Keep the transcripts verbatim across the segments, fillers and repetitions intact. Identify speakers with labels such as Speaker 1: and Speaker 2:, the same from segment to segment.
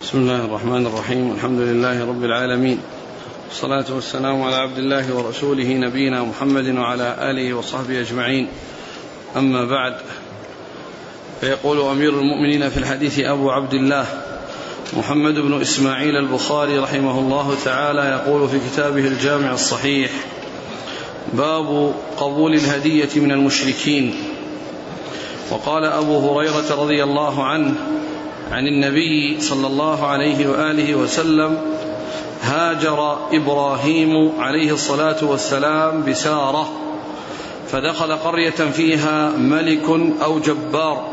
Speaker 1: بسم الله الرحمن الرحيم. الحمد لله رب العالمين، والصلاة والسلام على عبد الله ورسوله نبينا محمد وعلى آله وصحبه أجمعين. أما بعد، فيقول أمير المؤمنين في الحديث أبو عبد الله محمد بن إسماعيل البخاري رحمه الله تعالى، يقول في كتابه الجامع الصحيح: باب قبول الهدية من المشركين. وقال أبو هريرة رضي الله عنه عن النبي صلى الله عليه وآله وسلم: هاجر إبراهيم عليه الصلاة والسلام بسارة، فدخل قرية فيها ملك أو جبار،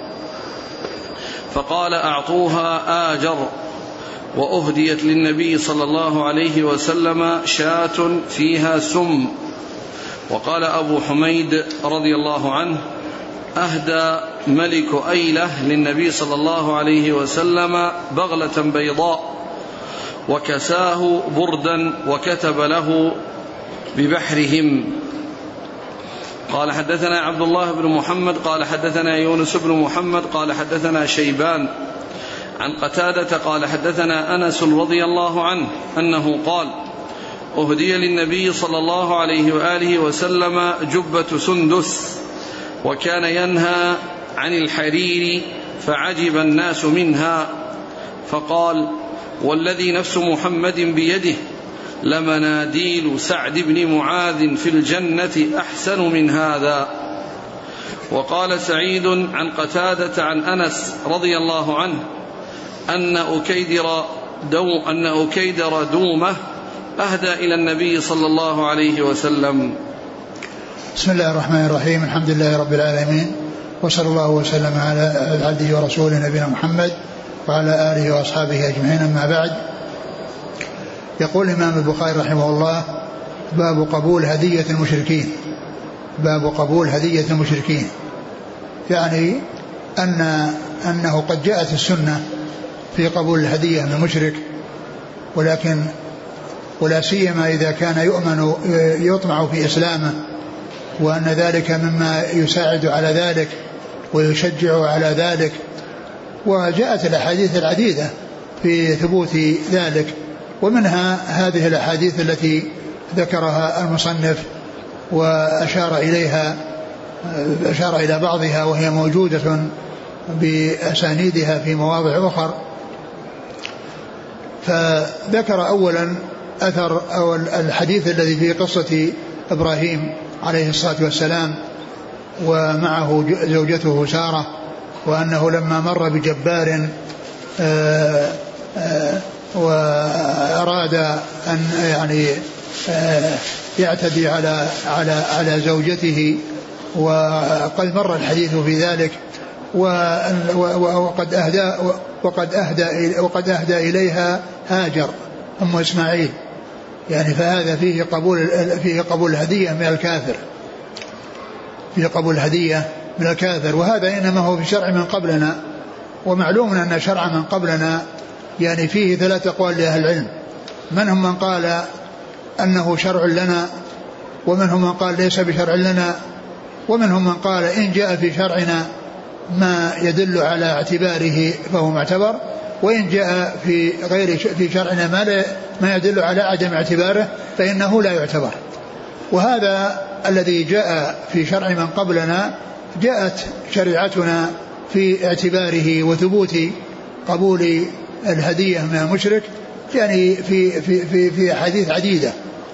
Speaker 1: فقال: أعطوها آجر. وأهديت للنبي صلى الله عليه وسلم شاة فيها سم. وقال أبو حميد رضي الله عنه: أهدى ملك أيلة للنبي صلى الله عليه وسلم بغلة بيضاء، وكساه بردا، وكتب له ببحرهم. قال: حدثنا عبد الله بن محمد قال حدثنا يونس بن محمد قال حدثنا شيبان عن قتادة قال حدثنا أنس رضي الله عنه أنه قال: أهدي للنبي صلى الله عليه وآله وسلم جبة سندس، وكان ينهى عن الحرير، فعجب الناس منها، فقال: والذي نفس محمد بيده لمناديل سعد بن معاذ في الجنة أحسن من هذا. وقال سعيد عن قتادة عن أنس رضي الله عنه أن أكيدر, دو أن أكيدر دومة أهدى إلى النبي صلى الله عليه وسلم.
Speaker 2: بسم الله الرحمن الرحيم. الحمد لله رب العالمين، وصلى الله وسلم على عبده ورسوله نبينا محمد وعلى آله وأصحابه أجمعين. أما بعد، يقول الإمام البخاري رحمه الله: باب قبول هدية المشركين. باب قبول هدية المشركين، يعني أن أنه قد جاءت السنة في قبول الهدية من المشرك، ولكن ولا سيما إذا كان يؤمن يطمع في إسلامه، وأن ذلك مما يساعد على ذلك ويشجع على ذلك. وجاءت الأحاديث العديدة في ثبوت ذلك، ومنها هذه الأحاديث التي ذكرها المصنف وأشار إليها أشار إلى بعضها، وهي موجودة بأسانيدها في مواضع أخرى. فذكر أولا أثر أو الحديث الذي في قصة إبراهيم عليه الصلاة والسلام ومعه زوجته سارة، وأنه لما مر بجبار آآ آآ وأراد أن يعني يعتدي على على على زوجته، وقد مر الحديث في ذلك، وقد أهدى وقد أهدى وقد أهدى إليها هاجر أم إسماعيل، يعني فهذا فيه قبول فيه قبول الهدية من الكافر، فيه قبول الهدية من الكافر. وهذا إنما هو في شرع من قبلنا، ومعلوم أن شرع من قبلنا يعني فيه ثلاث أقوال لأهل العلم: منهم من قال أنه شرع لنا، ومنهم من قال ليس بشرع لنا، ومنهم من قال إن جاء في شرعنا ما يدل على اعتباره فهو معتبر، وإن جاء في غير في شرعنا ما, ما يدل على عدم اعتباره فإنه لا يعتبر. وهذا الذي جاء في شرع من قبلنا جاءت شريعتنا في اعتباره وثبوت قبول الهدية من المشرك، يعني في في في في حديث عديدة.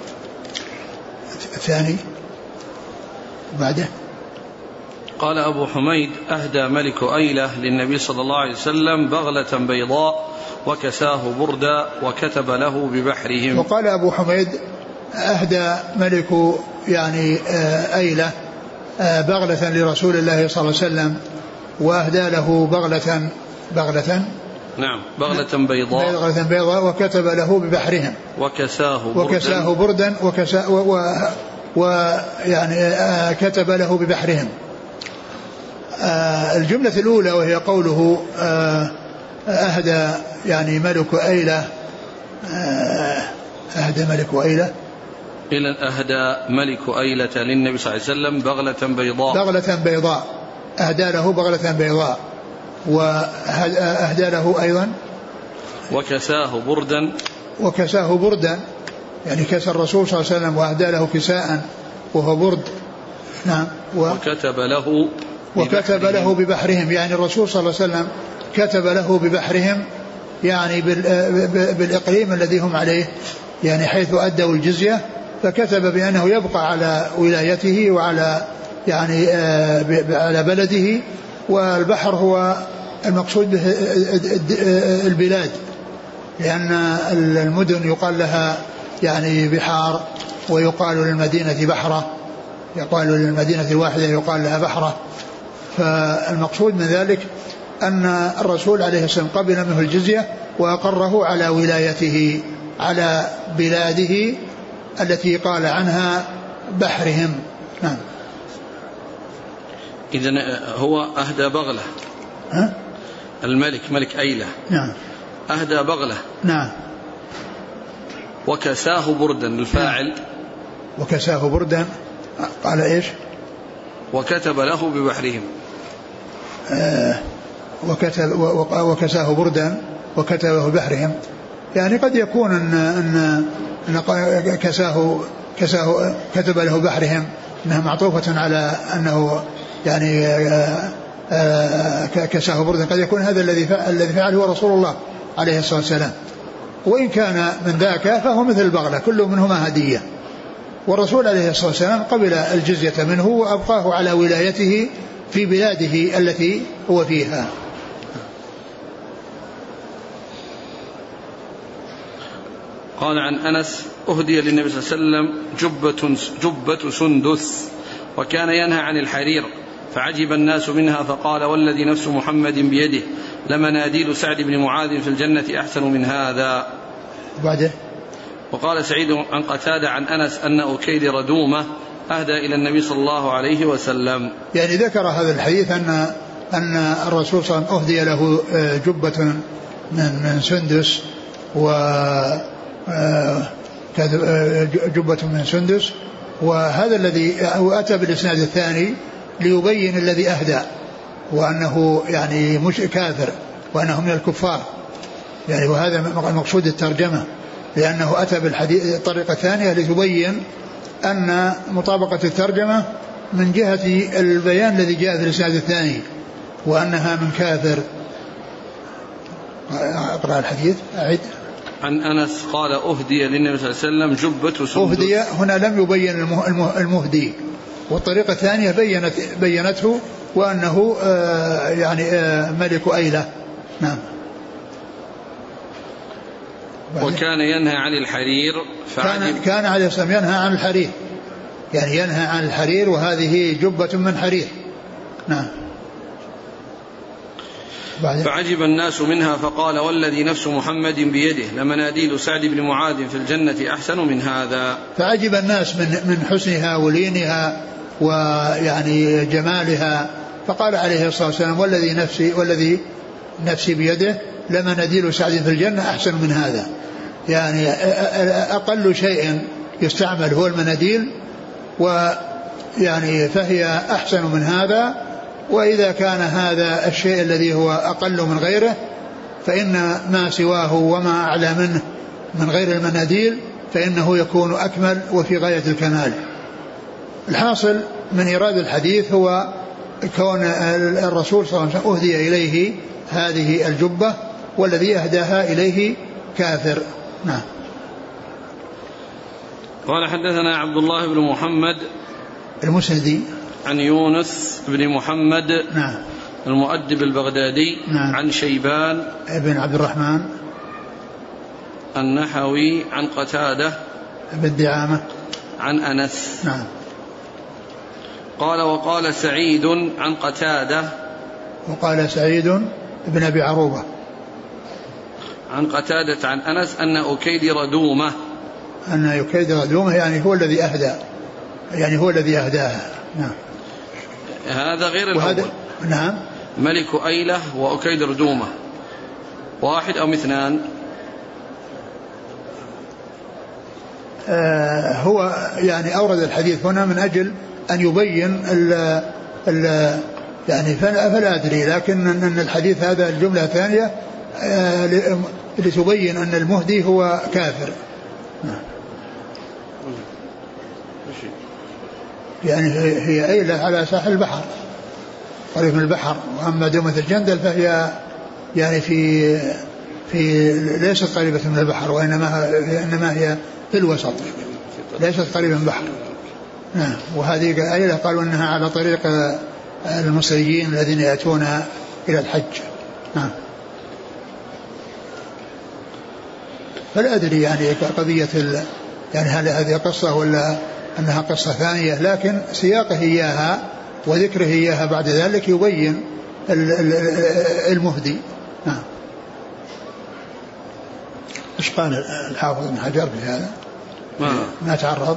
Speaker 2: الثاني بعده
Speaker 1: قال أبو حميد: أهدى ملك أيلة للنبي صلى الله عليه وسلم بغلة بيضاء، وكساه بردا، وكتب له ببحرهم.
Speaker 2: وقال أبو حميد: أهدى ملك يعني أيلة بغلة لرسول الله صلى الله عليه وسلم، وأهدى له بغلة بغلة
Speaker 1: نعم بغلة بيضاء
Speaker 2: بغلة بيضاء وكتب له ببحرهم،
Speaker 1: وكساه بردا
Speaker 2: وكساه بردا وكسا ويعني كتب له ببحرهم. آه الجملة الأولى وهي قوله آه أهدى يعني ملك أيلة آه أهدى ملك أيلة
Speaker 1: إلى أهدى ملك أيلة للنبي صلى الله عليه وسلم بغلة بيضاء
Speaker 2: بغلة بيضاء أهدى له بغلة بيضاء، وأهدى له أيضا
Speaker 1: وكساه بردا
Speaker 2: وكساه بردا يعني كسى الرسول صلى الله عليه وسلم وأهدى له كساء وهو برد. نعم.
Speaker 1: و وكتب له
Speaker 2: وكتب له ببحرهم يعني الرسول صلى الله عليه وسلم كتب له ببحرهم يعني بالإقليم الذي هم عليه يعني حيث أدوا الجزية، فكتب بأنه يبقى على ولايته وعلى يعني على بلده. والبحر هو المقصود به البلاد، لأن المدن يقال لها يعني بحار، ويقال للمدينة بحرة، يقال للمدينة الواحدة يقال لها بحرة. فالمقصود من ذلك أن الرسول عليه السلام قبل منه الجزية وأقره على ولايته على بلاده التي قال عنها بحرهم. نعم.
Speaker 1: إذن هو أهدى بغلة.
Speaker 2: ها؟
Speaker 1: الملك ملك أيلة.
Speaker 2: نعم.
Speaker 1: أهدى بغلة.
Speaker 2: نعم.
Speaker 1: وكساه بردا الفاعل.
Speaker 2: نعم. وكساه بردا قال إيش؟
Speaker 1: وكتب له ببحرهم.
Speaker 2: آه وكتب وكساه بردا وكتبه بحرهم يعني قد يكون أن, أن, أن كساه, كساه كتب له بحرهم أنها معطوفة على أنه يعني كساه بردا، قد يكون هذا الذي الذي فعله هو رسول الله عليه الصلاة والسلام. وإن كان من ذاك فهو مثل البغلة كل منهما هدية، والرسول عليه الصلاة والسلام قبل الجزية منه وأبقاه على ولايته في بلاده التي هو فيها.
Speaker 1: قال عن أنس أهدي للنبي صلى الله عليه وسلم جبة, جبة سندس وكان ينهى عن الحرير فعجب الناس منها فقال والذي نفس محمد بيده لمناديل سعد بن معاذ في الجنة أحسن من هذا.
Speaker 2: بعده.
Speaker 1: وقال سعيد عن قتادة عن أنس أن أكيد ردومة أهدى إلى النبي صلى الله عليه وسلم.
Speaker 2: يعني ذكر هذا الحديث أن أن الرسول صلى الله عليه وسلم أهدي له جبة من من سندس و جبة من سندس، وهذا الذي أتى بالإسناد الثاني ليبين الذي أهدى وأنه يعني مش كافر وأنه من الكفار يعني، وهذا مقصود الترجمة لأنه أتى بالحديث الطريقة الثانية لتبين أن مطابقة الترجمة من جهة البيان الذي جاء في الإسناد الثاني وأنها من كافر. أقرأ الحديث أعد.
Speaker 1: عن أنس قال أهدي للنبي صلى الله عليه وسلم جبة سندس.
Speaker 2: أهدي هنا لم يبين المهدي، والطريقة الثانية بينت بينته وأنه آه يعني آه ملك أيلة. نعم.
Speaker 1: وكان ينهى عن الحرير
Speaker 2: كان, كان عليه السلام ينهى عن الحرير يعني ينهى عن الحرير وهذه جبة من حرير. نعم.
Speaker 1: فعجب الناس منها فقال والذي نفس محمد بيده لمناديل سعد بن معاذ في الجنة أحسن من هذا.
Speaker 2: فعجب الناس من من حسنها ولينها ويعني جمالها، فقال عليه الصلاة والسلام والذي نفسي والذي نفسي بيده لمناديل سعد في الجنة أحسن من هذا. يعني أقل شيء يستعمل هو المناديل، ويعني فهي أحسن من هذا. وإذا كان هذا الشيء الذي هو أقل من غيره فإن ما سواه وما أعلى منه من غير المناديل فإنه يكون أكمل وفي غاية الكمال. الحاصل من إيراد الحديث هو كون الرسول صلى الله عليه وسلم أهدي إليه هذه الجبة والذي أهداها إليه كافر. نعم.
Speaker 1: قال حدثنا عبد الله بن محمد
Speaker 2: المسندي
Speaker 1: عن يونس بن محمد
Speaker 2: نعم
Speaker 1: المؤدب البغدادي
Speaker 2: نعم
Speaker 1: عن شيبان
Speaker 2: ابن عبد الرحمن
Speaker 1: النحوي عن قتادة
Speaker 2: بن دعامة
Speaker 1: عن أنس.
Speaker 2: نعم.
Speaker 1: قال وقال سعيد عن قتادة
Speaker 2: وقال سعيد بن أبي عروبة
Speaker 1: عن قتادة عن أنس أن أكيد ردومة
Speaker 2: أن أكيد ردومة يعني هو الذي أهدى يعني هو الذي أهداها. نعم.
Speaker 1: هذا غير الأول.
Speaker 2: نعم.
Speaker 1: ملك أيلة وأكيد ردومة واحد أو اثنان؟
Speaker 2: آه هو يعني أورد الحديث هنا من أجل أن يبين ال ال يعني فلا, فلا أدري، لكن أن الحديث هذا الجملة الثانية آه اللي تبين أن المهدي هو كافر. يعني هي أيلة على ساحل البحر قريب من البحر. وأما دومة الجندل فهي يعني في في ليست قريبة من البحر وإنما إنما هي في الوسط ليست قريبة من البحر. نعم. وهذه أيلة قالوا أنها على طريق المصريين الذين يأتون إلى الحج. نعم. فلا أدري يعني قضية يعني هل هذه قصة ولا أنها قصة ثانية، لكن سياقه إياها وذكره إياها بعد ذلك يبين المهدي. نعم. إيش قال الحافظ ابن حجر في هذا؟
Speaker 1: ما
Speaker 2: ما تعرض،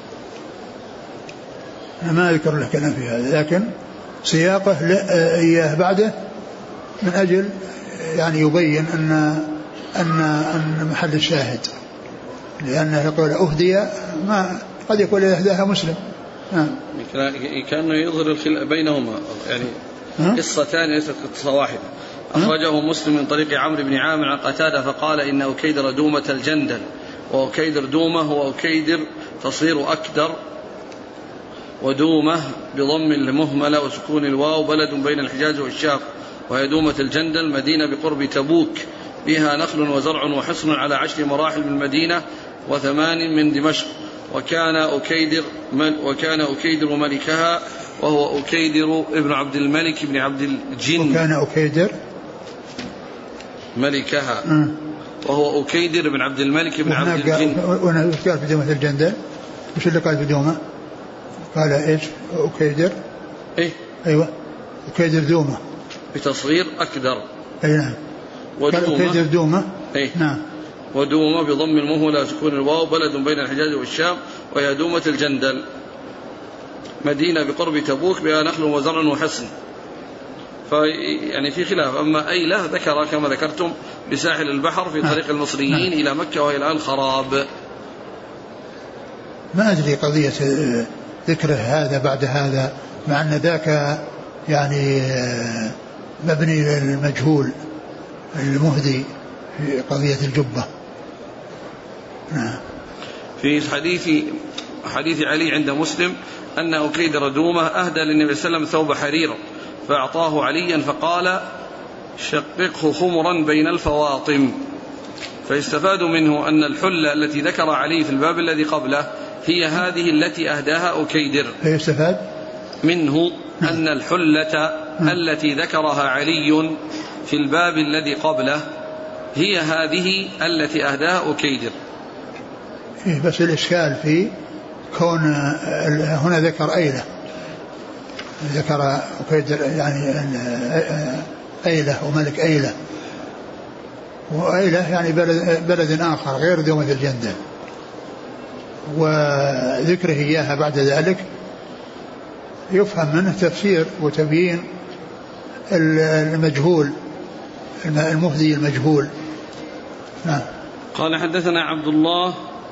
Speaker 2: أنا ما أذكر له كلام في هذا، لكن سياقه إياه بعده من أجل يعني يبين أن أن أن محل الشاهد، لأنه يقول أهدي ما قد يكون يهداها مسلم. نعم.
Speaker 1: كأنه يظهر الخلاف بينهما، يعني قصتان ليست قصة واحدة. أخرجه مسلم من طريق عمرو بن عامر عن قتادة فقال إن أكيدر دومة الجندل، وأكيدر دومة هو أكيدر تصير أكدر، ودومة بضم المهملة وسكون الواو بلد بين الحجاز والشام، وهي دومة الجندل مدينة بقرب تبوك بها نخل وزرع وحصن على عشر مراحل من المدينة وثمان من دمشق. وكان أكيدر وكان أكيدر ملكها وهو أكيدر ابن عبد الملك بن عبد الجن.
Speaker 2: وكان أكيدر
Speaker 1: ملكها م. وهو أكيدر بن عبد الملك بن عبد الجن.
Speaker 2: وهنا قال في دومة الجندل، وش اللي قال في دومة؟ قال إيش؟ أكيدر
Speaker 1: إيه؟
Speaker 2: أيوة أكيدر دومة
Speaker 1: بتصغير أكدر.
Speaker 2: أي نعم. ودومة أكيدر دومة.
Speaker 1: إيه؟
Speaker 2: نعم.
Speaker 1: ودومة بضم المهملة سكون الواو بلد بين الحجاز والشام، وهي دومة الجندل مدينة بقرب تبوك بها نخل وزرع وحصن. يعني في خلاف. أما أيلة ذكر كما ذكرتم بساحل البحر في طريق المصريين إلى مكة وهي الآن خراب.
Speaker 2: ما أدري قضية ذكره هذا بعد هذا، مع أن ذاك يعني مبني للمجهول المهدي في قضية الجبة. نعم.
Speaker 1: في حديث حديث علي عند مسلم أن أكيدر دومة أهدى للنبي صلى الله عليه وسلم ثوب حرير فأعطاه عليا فقال شققه خمرا بين الفواطم. فيستفاد منه أن الحلة التي ذكر علي في الباب الذي قبله هي هذه التي أهداها أكيدر.
Speaker 2: فيستفاد
Speaker 1: منه أن الحلة التي ذكرها علي في الباب الذي قبله هي هذه التي أهداها أكيدر.
Speaker 2: بس الإشكال في كون هنا ذكر أيلة، ذكر أكيدر يعني أيلة وملك أيلة، وأيلة يعني بلد, بلد آخر غير دومة الجندل، وذكره إياها بعد ذلك يفهم منه تفسير وتبيين المجهول المهدي المجهول. نعم.
Speaker 1: قال حدثنا عبد الله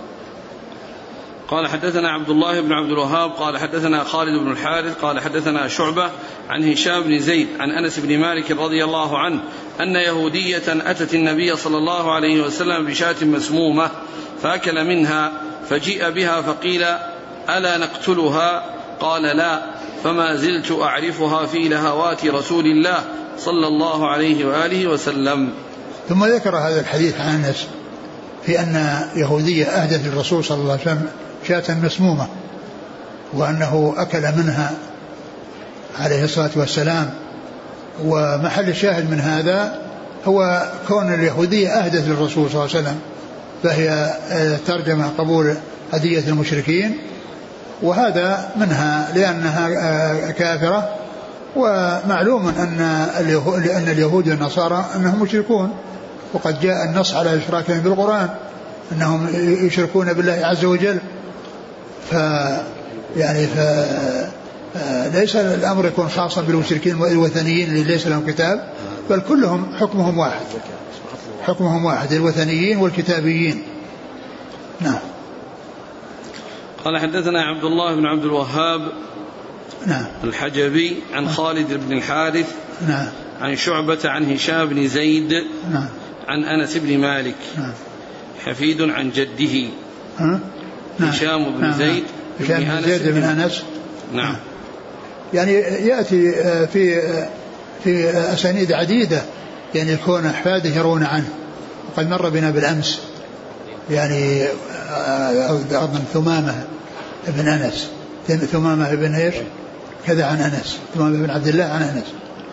Speaker 1: قال حدثنا عبد الله بن عبد الوهاب قال حدثنا خالد بن الحارث قال حدثنا شعبة عن هشام بن زيد عن أنس بن مالك رضي الله عنه أن يهودية أتت النبي صلى الله عليه وسلم بشاة مسمومة فأكل منها فجيء بها فقيل ألا نقتلها؟ قال لا، فما زلت أعرفها في لهوات رسول الله صلى الله عليه وآله وسلم.
Speaker 2: ثم ذكر هذا الحديث عن أنس في أن يهودية أهدت للرسول صلى الله عليه وسلم شاة مسمومة وأنه أكل منها عليه الصلاة والسلام. ومحل الشاهد من هذا هو كون اليهودية أهدت للرسول صلى الله عليه وسلم، فهي ترجمة قبول هدية المشركين، وهذا منها لأنها كافرة. ومعلوم أن اليهود, أن اليهود والنصارى أنهم مشركون، وقد جاء النص على إشراكهم بالقرآن أنهم يشركون بالله عز وجل. ف يعني ف ليس الأمر يكون خاصا بالمشركين الوثنيين اللي ليس لهم كتاب، بل كلهم حكمهم واحد، حكمهم واحد، الوثنيين والكتابيين. نعم.
Speaker 1: قال حدثنا عبد الله بن عبد الوهاب
Speaker 2: نعم
Speaker 1: الحجبي عن خالد بن الحارث
Speaker 2: نعم
Speaker 1: عن شعبة عن هشام بن زيد
Speaker 2: نعم
Speaker 1: عن أنس بن مالك.
Speaker 2: نعم.
Speaker 1: حفيد عن جده.
Speaker 2: نعم.
Speaker 1: هشام بن
Speaker 2: نعم.
Speaker 1: زيد
Speaker 2: هشام بن زيد بن أنس.
Speaker 1: نعم.
Speaker 2: يعني يأتي في في أسانيد عديدة يعني يكون أحفاده يرون عنه، وقد مر بنا بالأمس يعني أظن ثمامة بن أنس، ثمامة بن إيش كذا عن أنس، ثمامة بن عبد الله عن أنس،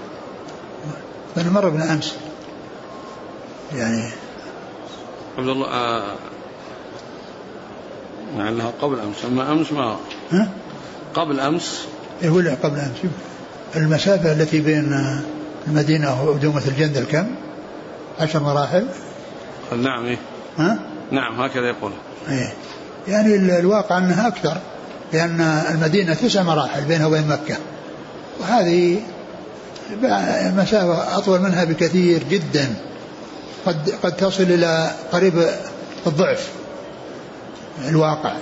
Speaker 2: مر بنا أمس يعني
Speaker 1: عبد الله آه لعلها قبل أمس، أما أمس ما
Speaker 2: ها؟
Speaker 1: قبل أمس
Speaker 2: يقول قبل أمس. المسافة التي بين المدينة ودومة الجندل كم؟ عشر مراحل.
Speaker 1: نعم. إيه؟
Speaker 2: ها؟
Speaker 1: نعم هكذا يقول.
Speaker 2: إيه؟ يعني الواقع أنها أكثر، لأن المدينة تسع مراحل بينها وبين مكة، وهذه مسافة أطول منها بكثير جدا، قد قد تصل إلى قريب الضعف الواقع،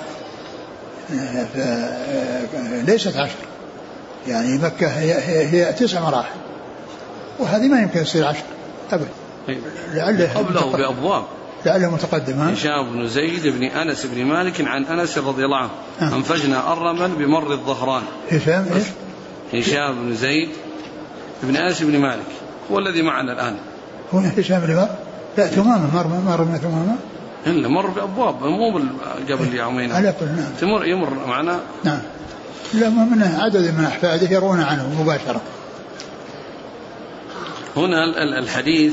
Speaker 2: ليست عشر. يعني مكة هي, هي, هي تسع مراحل، وهذه ما يمكن تصير عشر أبدا.
Speaker 1: لعله قبله بأبواب،
Speaker 2: لعله متقدم.
Speaker 1: هشام بن زيد بن أنس بن مالك عن أنس رضي الله عنه آه. أنفجنا الرمل بمر الظهران.
Speaker 2: هشام إيش؟
Speaker 1: هشام بن زيد بن أنس بن مالك هو الذي معنا الآن.
Speaker 2: هو هشام بن مر؟ لا ثمامة مر مر من ثمامة.
Speaker 1: إلا مر بأبواب مو قبل يومين.
Speaker 2: على كل نعم.
Speaker 1: تمر يمر معنا.
Speaker 2: نعم. لا من عدد من أحفاده يرون عنه مباشرة.
Speaker 1: هنا الحديث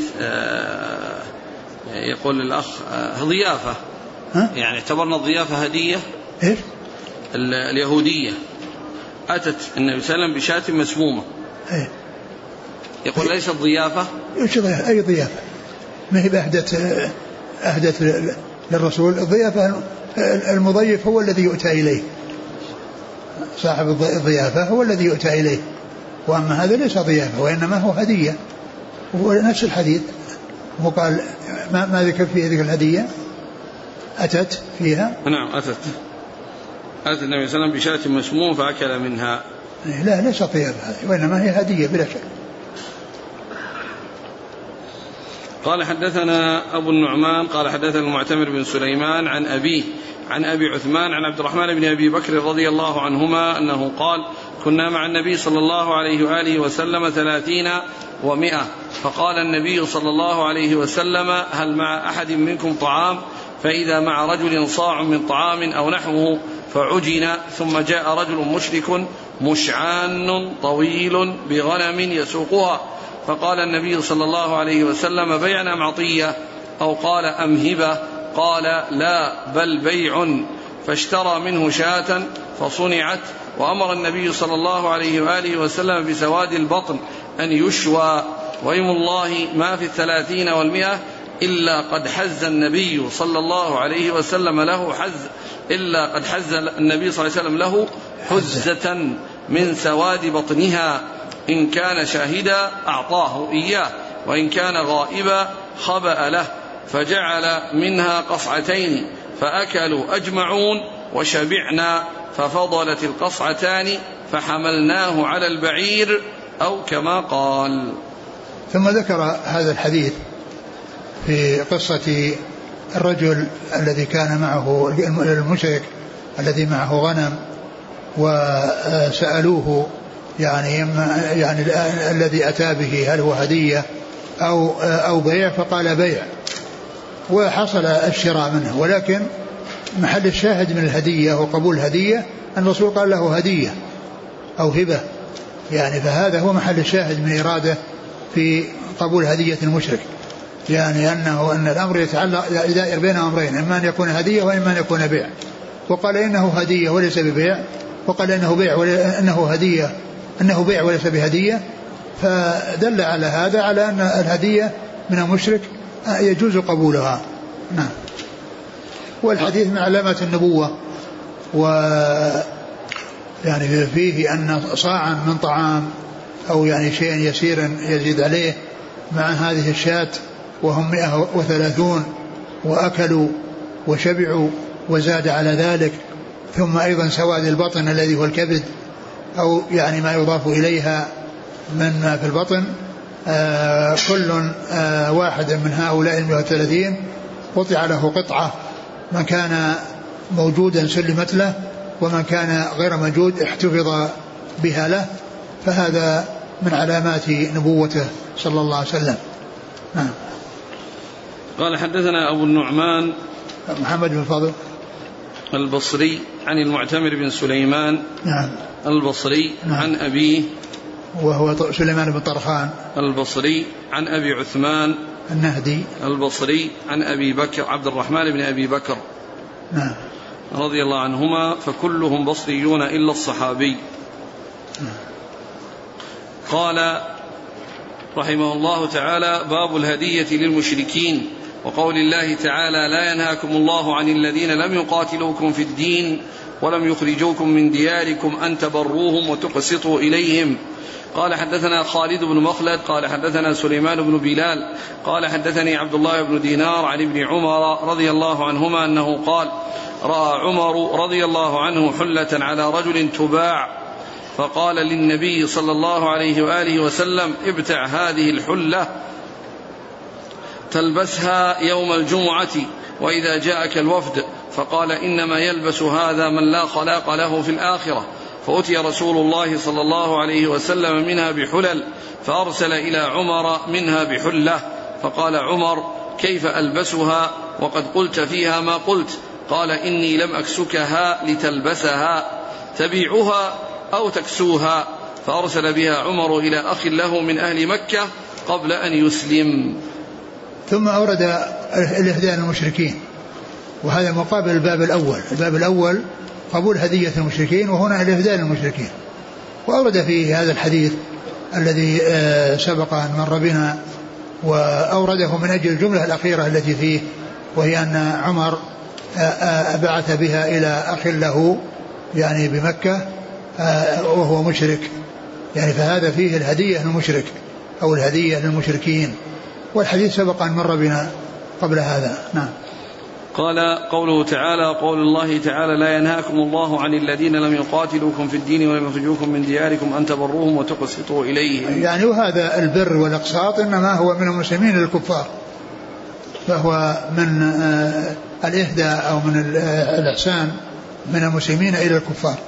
Speaker 1: يقول الأخ ضيافة، يعني اعتبرنا الضيافة هدية.
Speaker 2: إيش؟
Speaker 1: اليهودية أتت النبي صلى الله عليه وسلم بشاة مسمومة.
Speaker 2: إيه؟
Speaker 1: يقول ليست ضيافة.
Speaker 2: إيش ضيافة؟ أي ضيافة؟ ما هي بأهدت أهدت للرسول. الضيافة المضيف هو الذي يؤتى إليه، صاحب الضيافة هو الذي يؤتى إليه، وأما هذا ليس ضيافة وإنما هو هدية. وهو نفس الحديث وقال ما, ما ذكر في هذه الهدية أتت فيها.
Speaker 1: نعم أتت أتت النبي صلى الله عليه وسلم بشاة مسموم فأكل منها.
Speaker 2: لا ليس ضيافة هذه وإنما هي هدية بلا شك.
Speaker 1: قال حدثنا أبو النعمان قال حدثنا المعتمر بن سليمان عن أبيه عن أبي عثمان عن عبد الرحمن بن أبي بكر رضي الله عنهما أنه قال كنا مع النبي صلى الله عليه وآله وسلم ثلاثين ومئة، فقال النبي صلى الله عليه وسلم هل مع أحد منكم طعام؟ فإذا مع رجل صاع من طعام أو نحوه فعجن، ثم جاء رجل مشرك مشعان طويل بغنم يسوقها، فقال النبي صلى الله عليه وسلم بيعنا معطية أو قال أم هبة؟ قال لا بل بيع، فاشترى منه شاة فصنعت، وأمر النبي صلى الله عليه وآله وسلم بسواد البطن أن يشوى، وإم الله ما في الثلاثين والمئة إلا قد حز النبي صلى الله عليه وسلم له حز إلا قد حز النبي صلى الله عليه وسلم له حزة من سواد بطنها، إن كان شاهدا أعطاه إياه وإن كان غائبا خبأ له، فجعل منها قصعتين فأكلوا أجمعون وشبعنا، ففضلت القصعتان فحملناه على البعير أو كما قال.
Speaker 2: ثم ذكر هذا الحديث في قصة الرجل الذي كان معه المشرك الذي معه غنم وسألوه يعني يعني الذي أتى به هل هو هدية أو أو بيع، فقال بيع، وحصل الشراء منه، ولكن محل الشاهد من الهدية وقبول الهدية أن الرسول قال له هدية أو هبة، يعني فهذا هو محل الشاهد من إرادة في قبول هدية المشرك، يعني أنه أن الأمر يتعلق يدائر بين أمرين، إما أن يكون هدية وإما أن يكون بيع، وقال إنه هدية وليس ببيع، وقال إنه بيع وإنه هدية أنه بيع وليس بهدية، فدل على هذا على أن الهدية من المشرك يجوز قبولها. نعم. والحديث من علامات النبوة، و يعني فيه أن صاعا من طعام أو يعني شيء يسير يزيد عليه مع هذه الشاة وهم مئة وثلاثون وأكلوا وشبعوا وزاد على ذلك، ثم أيضا سواد البطن الذي هو الكبد أو يعني ما يضاف إليها من ما في البطن، آه كل آه واحد من هؤلاء المئة وثلاثين قطع له قطعة، من كان موجودا سلمت له، ومن كان غير موجود احتفظ بها له، فهذا من علامات نبوته صلى الله عليه وسلم. نعم.
Speaker 1: قال حدثنا أبو النعمان
Speaker 2: محمد بن فضل
Speaker 1: البصري عن المعتمر بن سليمان
Speaker 2: نعم
Speaker 1: البصري
Speaker 2: نعم.
Speaker 1: عن أبيه
Speaker 2: وهو سليمان بن طرخان
Speaker 1: البصري عن أبي عثمان
Speaker 2: النهدي
Speaker 1: البصري عن أبي بكر عبد الرحمن بن أبي بكر
Speaker 2: نعم
Speaker 1: رضي الله عنهما، فكلهم بصريون إلا الصحابي.
Speaker 2: نعم.
Speaker 1: قال رحمه الله تعالى: باب الهدية للمشركين، وقول الله تعالى: لا ينهاكم الله عن الذين لم يقاتلوكم في الدين ولم يخرجوكم من دياركم أن تبروهم وتقسطوا إليهم. قال حدثنا خالد بن مخلد قال حدثنا سليمان بن بلال قال حدثني عبد الله بن دينار عن ابن عمر رضي الله عنهما أنه قال: رأى عمر رضي الله عنه حلة على رجل تباع، فقال للنبي صلى الله عليه وآله وسلم: ابتع هذه الحلة تلبسها يوم الجمعة وإذا جاءك الوفد. فقال: إنما يلبس هذا من لا خلاق له في الآخرة. فأتي رسول الله صلى الله عليه وسلم منها بحلل، فأرسل إلى عمر منها بحلة، فقال عمر: كيف ألبسها وقد قلت فيها ما قلت؟ قال: إني لم أكسكها لتلبسها، تبيعها أو تكسوها. فأرسل بها عمر إلى أخ له من أهل مكة قبل أن يسلم.
Speaker 2: ثم أورد الإهداء للمشركين، وهذا مقابل الباب الأول. الباب الأول قبول هدية المشركين، وهنا الإهداء للمشركين. وأورد فيه هذا الحديث الذي سبق أن مر بنا، وأورده من أجل الجملة الأخيرة التي فيه، وهي أن عمر بعث بها إلى أخ له يعني بمكة وهو مشرك، يعني فهذا فيه الهدية للمشرك أو الهدية للمشركين، والحديث سبق أن مر بنا قبل هذا. نعم.
Speaker 1: قال: قوله تعالى: قول الله تعالى: لا ينهاكم الله عن الذين لم يقاتلوكم في الدين ولم يخرجوكم من دياركم أن تبروهم وتقسطوا إليهم.
Speaker 2: يعني وهذا البر والإقساط إنما هو من المسلمين للكفار، فهو من الإهداء أو من الإحسان من المسلمين إلى الكفار.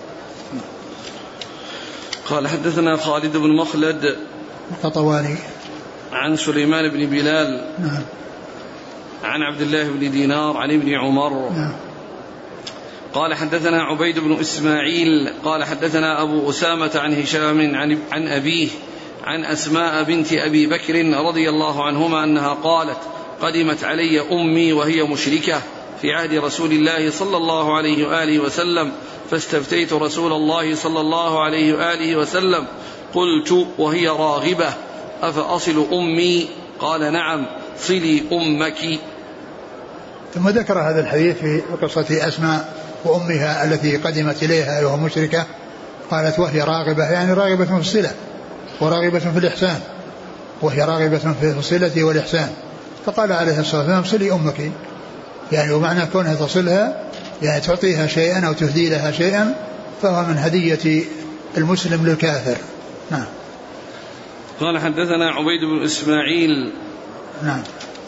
Speaker 1: قال: حدثنا خالد بن مخلد
Speaker 2: القطواني
Speaker 1: عن سليمان بن بلال
Speaker 2: نعم
Speaker 1: عن عبد الله بن دينار عن ابن عمر
Speaker 2: نعم.
Speaker 1: قال: حدثنا عبيد بن إسماعيل قال حدثنا أبو أسامة عن هشام عن, عن أبيه عن أسماء بنت أبي بكر رضي الله عنهما أنها قالت: قدمت علي أمي وهي مشركة في عهد رسول الله صلى الله عليه وآله وسلم، فاستفتيت رسول الله صلى الله عليه وآله وسلم، قلت وهي راغبة: أفأصل أمي؟ قال: نعم، صلي أمك.
Speaker 2: ثم ذكر هذا الحديث في قصة أسماء وأمها التي قدمت إليها وهي مشركة، قالت وهي راغبة، يعني راغبة في الصلة وراغبة في الإحسان، وهي راغبة في الصلة والإحسان. فقال عليه الصلاة والسلام: صلي أمك، يعني ومعنى كونها تصلها يعني تعطيها شيئا أو تهدي لها شيئا، فهو من هدية المسلم للكافر. نعم.
Speaker 1: قال: حدثنا عبيد بن إسماعيل
Speaker 2: نعم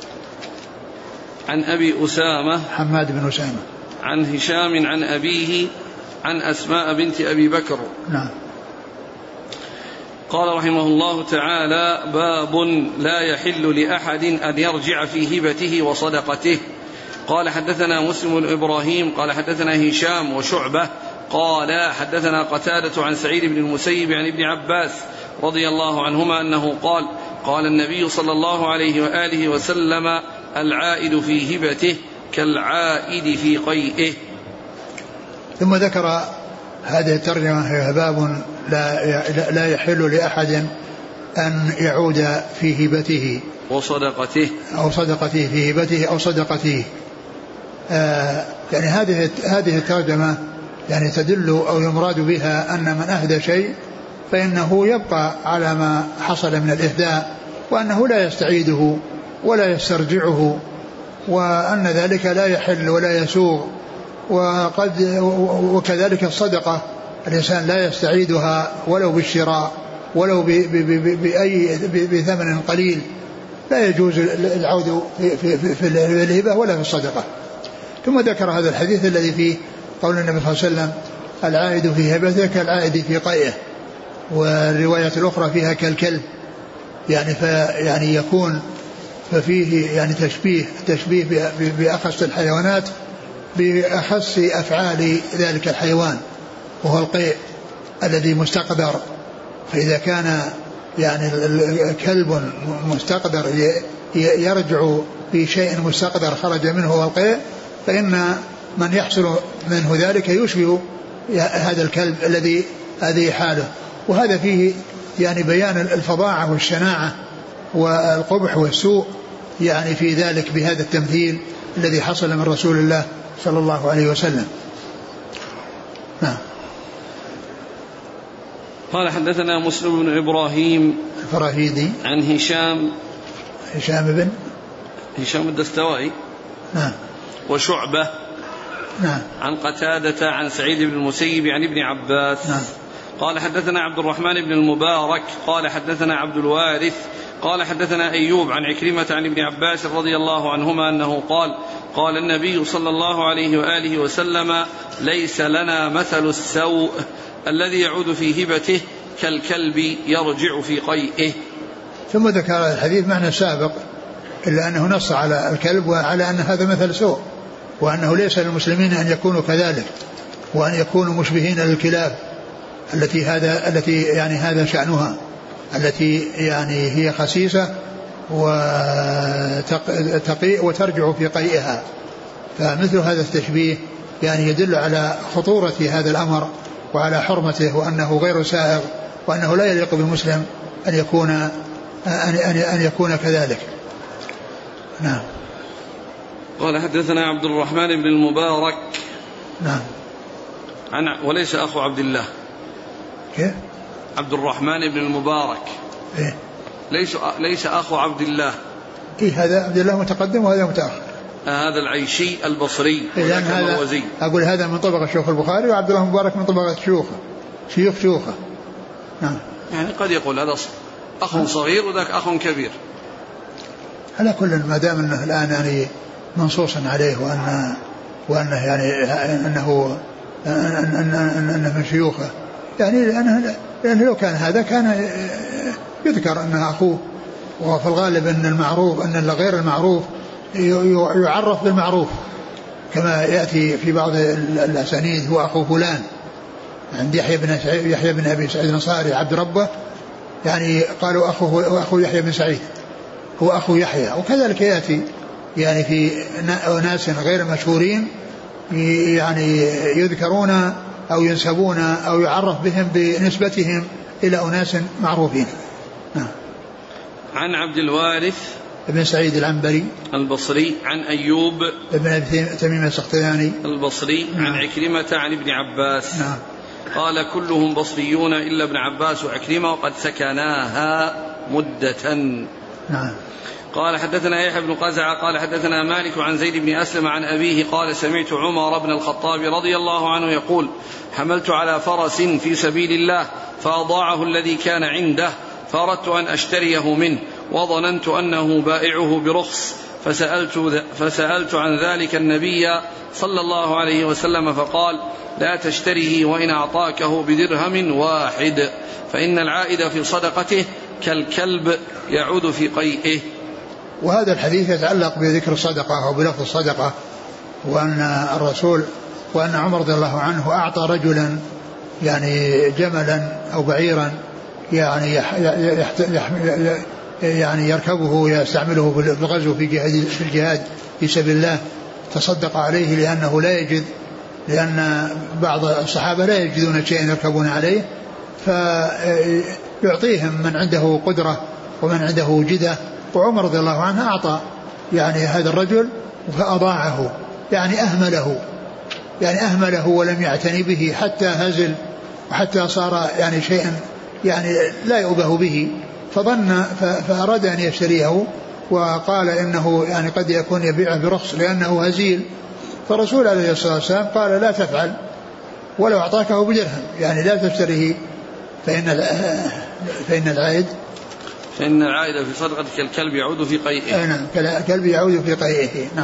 Speaker 1: عن أبي أسامة
Speaker 2: حماد بن أسامة
Speaker 1: عن هشام عن أبيه عن أسماء بنت أبي بكر.
Speaker 2: نعم.
Speaker 1: قال رحمه الله تعالى: باب لا يحل لأحد أن يرجع في هبته وصدقته. قال: حدثنا مسلم بن إبراهيم قال حدثنا هشام وشعبة قال حدثنا قتادة عن سعيد بن المسيب عن ابن عباس رضي الله عنهما أنه قال: قال النبي صلى الله عليه وآله وسلم: العائد في هبته كالعائد في قيئه.
Speaker 2: ثم ذكر هذه الترجمة هي باب لا, لا يحل لأحد أن يعود في هبته
Speaker 1: وصدقته
Speaker 2: أو صدقته في هبته أو صدقته. آه يعني هذه هذه الترجمة يعني تدل أو يمراد بها أن من أهدى شيء فإنه يبقى على ما حصل من الإهداء، وأنه لا يستعيده ولا يسترجعه، وأن ذلك لا يحل ولا يسوغ. وقد وكذلك الصدقة الإنسان لا يستعيدها ولو بالشراء ولو بأي بثمن قليل لا يجوز العود في, في, في, في الهبة ولا في الصدقة. ثم ذكر هذا الحديث الذي فيه قول النبي صلى الله عليه وسلم العائد في هبته كالعائد في قيئه، والرواية الأخرى فيها كالكلب، يعني يعني يكون ففيه يعني تشبيه تشبيه بأخص الحيوانات بأخص أفعال ذلك الحيوان وهو القيء الذي مستقدر. فإذا كان يعني كلب مستقدر يرجع في شيء مستقدر خرج منه هو القيء، فإن من يحصل منه ذلك يشبه هذا الكلب الذي هذه حاله. وهذا فيه يعني بيان الفظاعة والشناعة والقبح والسوء يعني في ذلك بهذا التمثيل الذي حصل من رسول الله صلى الله عليه وسلم. نعم.
Speaker 1: قال حدثنا مسلم بن إبراهيم
Speaker 2: الفراهيدي
Speaker 1: عن هشام
Speaker 2: هشام بن
Speaker 1: هشام الدستوائي
Speaker 2: نعم
Speaker 1: وشعبة
Speaker 2: نعم
Speaker 1: عن قتادة عن سعيد بن المسيب عن ابن عباس
Speaker 2: نعم.
Speaker 1: قال حدثنا عبد الرحمن بن المبارك قال حدثنا عبد الوارث قال حدثنا أيوب عن عكرمة عن ابن عباس رضي الله عنهما أنه قال قال النبي صلى الله عليه وآله وسلم ليس لنا مثل السوء الذي يعود في هبته كالكلب يرجع في قيئه.
Speaker 2: ثم ذكر الحديث معنى سابق إلا أنه نص على الكلب وعلى أن هذا مثل سوء، وأنه ليس للمسلمين أن يكونوا كذلك وأن يكونوا مشبهين للكلاب التي هذا التي يعني هذا شأنها، التي يعني هي خسيسة وتقيء وترجع في قيئها. فمثل هذا التشبيه يعني يدل على خطورة هذا الأمر وعلى حرمته، وأنه غير سائغ، وأنه لا يليق بالمسلم أن يكون أن أن يكون كذلك. نعم.
Speaker 1: قال حدثنا عبد الرحمن بن المبارك
Speaker 2: نعم
Speaker 1: عن وليس أخو عبد الله.
Speaker 2: كيف؟
Speaker 1: عبد الرحمن بن المبارك
Speaker 2: إيه؟
Speaker 1: ليس ليس أخو عبد الله.
Speaker 2: إيه هذا عبد الله متقدم وهذا متأخر.
Speaker 1: آه هذا العيشي البصري.
Speaker 2: إيه هذا أقول هذا من طبقة شيوخ البخاري، وعبد الله المبارك من طبقة شيوخه شيوخ شيوخه. نعم.
Speaker 1: يعني قد يقول هذا أخ صغير وذاك أخ كبير.
Speaker 2: على كل ما دام أنه الآن يعني منصوصا عليه وأن وأنه يعني أنه أنه من شيوخه، يعني لأنه, لأنه لو كان هذا كان يذكر أنه أخوه. وفي الغالب أن المعروف أن غير المعروف يعرف بالمعروف، كما يأتي في بعض الأسانيد هو أخو فلان. عند يحيى بن يحيى بن أبي سعيد الأنصاري عبد ربه يعني قالوا أخوه أخو يحيى بن سعيد هو أخو يحيى. وكذلك يأتي يعني في ناس غير مشهورين يعني يذكرون أو ينسبون أو يعرف بهم بنسبتهم إلى أناس معروفين. نعم.
Speaker 1: عن عبد الوارث
Speaker 2: ابن سعيد العنبري
Speaker 1: البصري عن أيوب
Speaker 2: ابن أبي تميم السختياني
Speaker 1: البصري نعم. عن عكرمة عن ابن عباس
Speaker 2: نعم.
Speaker 1: قال كلهم بصريون إلا ابن عباس وعكرمة وقد سكناها مدة.
Speaker 2: نعم.
Speaker 1: قال حدثنا يحيى بن قزعة قال حدثنا مالك عن زيد بن أسلم عن أبيه قال سمعت عمر بن الخطاب رضي الله عنه يقول حملت على فرس في سبيل الله فأضاعه الذي كان عنده فأردت أن أشتريه منه وظننت أنه بائعه برخص فسألت, فسألت عن ذلك النبي صلى الله عليه وسلم فقال لا تشتريه وإن أعطاكه بدرهم واحد فإن العائد في صدقته كالكلب يعود في قيئه.
Speaker 2: وهذا الحديث يتعلق بذكر الصدقة أو بلفظ الصدقة، وأن الرسول وأن عمر رضي الله عنه أعطى رجلا يعني جملا أو بعيرا يعني يعني يركبه ويستعمله في الغزو في جهاد في الجهاد في سبيل الله، تصدق عليه لأنه لا يجد، لأن بعض الصحابة لا يجدون شيئا يركبون عليه، فيعطيهم من عنده قدرة ومن عنده جدة. وعمر رضي الله عنه أعطى يعني هذا الرجل فأضاعه يعني أهمله يعني أهمله ولم يعتني به حتى هزل وحتى صار يعني شيئا يعني لا يؤبه به، فظن فأراد أن يشتريه وقال إنه يعني قد يكون يبيعه برخص لأنه هزيل. فالرسول عليه الصلاة والسلام قال لا تفعل ولو أعطاكه بدرهم، يعني لا تشتريه فإن فإن العائد
Speaker 1: فإن العائد في صدقة كالكلب يعود في قيئه.
Speaker 2: نعم كالكلب يعود في قيئه. نعم.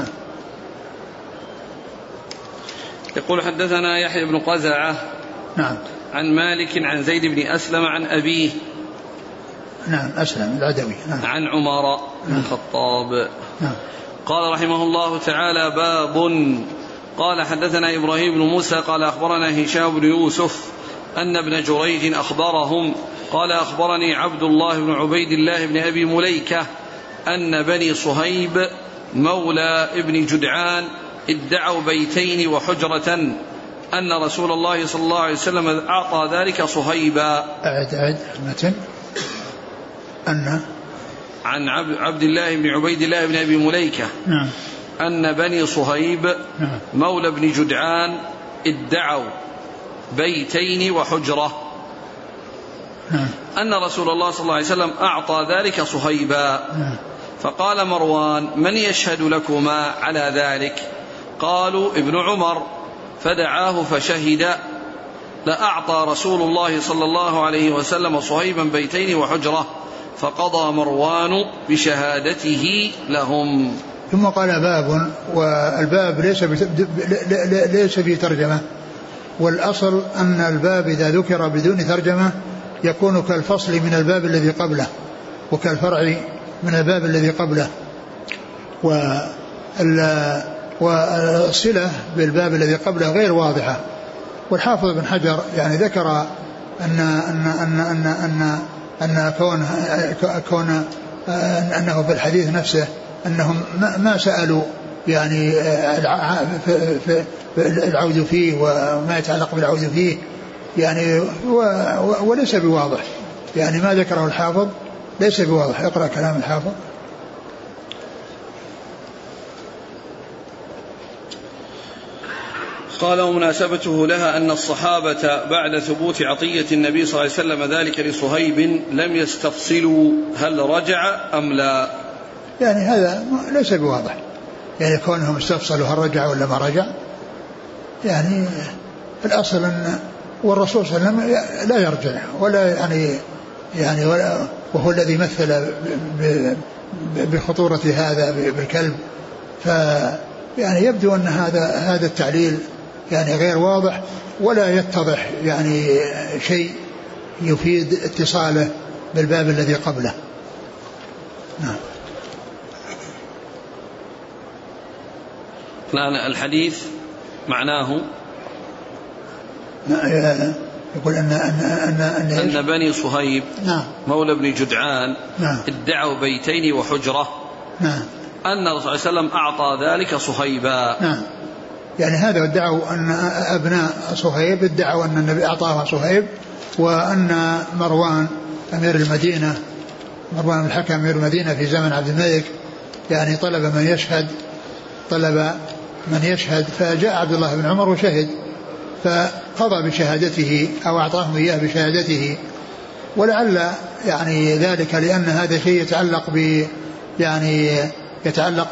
Speaker 1: يقول حدثنا يحيى بن قزعة
Speaker 2: نعم
Speaker 1: عن مالك عن زيد بن أسلم عن أبيه
Speaker 2: نعم أسلم العدوي نعم
Speaker 1: عن عمر بن الخطاب
Speaker 2: نعم.
Speaker 1: قال رحمه الله تعالى: باب. قال حدثنا إبراهيم بن موسى قال أخبرنا هشام بن يوسف أن ابن جريج أخبرهم قال أخبرني عبد الله بن عبيد الله بن أبي مليكة أن بني صهيب مولى ابن جدعان ادعوا بيتين وحجرة أن رسول الله صلى الله عليه وسلم أعطى ذلك صهيبا.
Speaker 2: أعد أعد متن أن
Speaker 1: عن عبد الله بن عبيد الله بن أبي مليكة
Speaker 2: نعم
Speaker 1: أن بني صهيب
Speaker 2: نعم
Speaker 1: مولى ابن جدعان ادعوا بيتين وحجرة
Speaker 2: نعم
Speaker 1: أن رسول الله صلى الله عليه وسلم أعطى ذلك صهيبا.
Speaker 2: نعم.
Speaker 1: فقال مروان: من يشهد لكما على ذلك؟ قالوا: ابن عمر. فدعاه فشهد: لأعطى رسول الله صلى الله عليه وسلم صهيبا بيتين وحجرة. فقضى مروان بشهادته لهم.
Speaker 2: ثم قال: باب. والباب ليس ليس فيه ترجمة، والأصل أن الباب إذا ذكر بدون ترجمة يكون كالفصل من الباب الذي قبله وكالفرع من الباب الذي قبله، والصلة بالباب الذي قبله غير واضحة. والحافظ بن حجر يعني ذكر أن أن أن أن أن, أن كون كون أنه في الحديث نفسه أنهم ما سألوا يعني العود فيه وما يتعلق بالعود فيه يعني وليس بواضح، يعني ما ذكره الحافظ ليس بواضح. اقرأ كلام الحافظ.
Speaker 1: قال: ومناسبته لها أن الصحابة بعد ثبوت عطية النبي صلى الله عليه وسلم ذلك لصهيب لم يستفصلوا هل رجع أم لا.
Speaker 2: يعني هذا ليس بواضح، يعني كونهم استفصلوا هل رجع ولا ما رجع، يعني الأصل أن والرسول صلى الله عليه وسلم لا يرجع ولا يعني يعني ولا وهو الذي مثل بخطورة هذا بالكلب. ف يعني يبدو أن هذا هذا التعليل يعني غير واضح ولا يتضح يعني شيء يفيد اتصاله بالباب الذي قبله. نعم.
Speaker 1: الآن الحديث معناه
Speaker 2: يقول أن أن أن,
Speaker 1: أن, أن بني صهيب
Speaker 2: نعم
Speaker 1: مولى ابن جدعان
Speaker 2: نعم
Speaker 1: ادعوا بيتين وحجرة
Speaker 2: نعم
Speaker 1: أن الرسول صلى الله عليه وسلم أعطى ذلك صهيبا.
Speaker 2: نعم. يعني هذا ادعوا أن أبناء صهيب ادعوا أن النبي أعطاها صهيب، وأن مروان أمير المدينة مروان الحكم أمير المدينة في زمن عبد الملك يعني طلب من يشهد طلب من يشهد فجاء عبد الله بن عمر وشهد فقضى بشهادته أو أعطاهم إياه بشهادته. ولعل يعني ذلك لأن هذا شيء يتعلق ب يعني يتعلق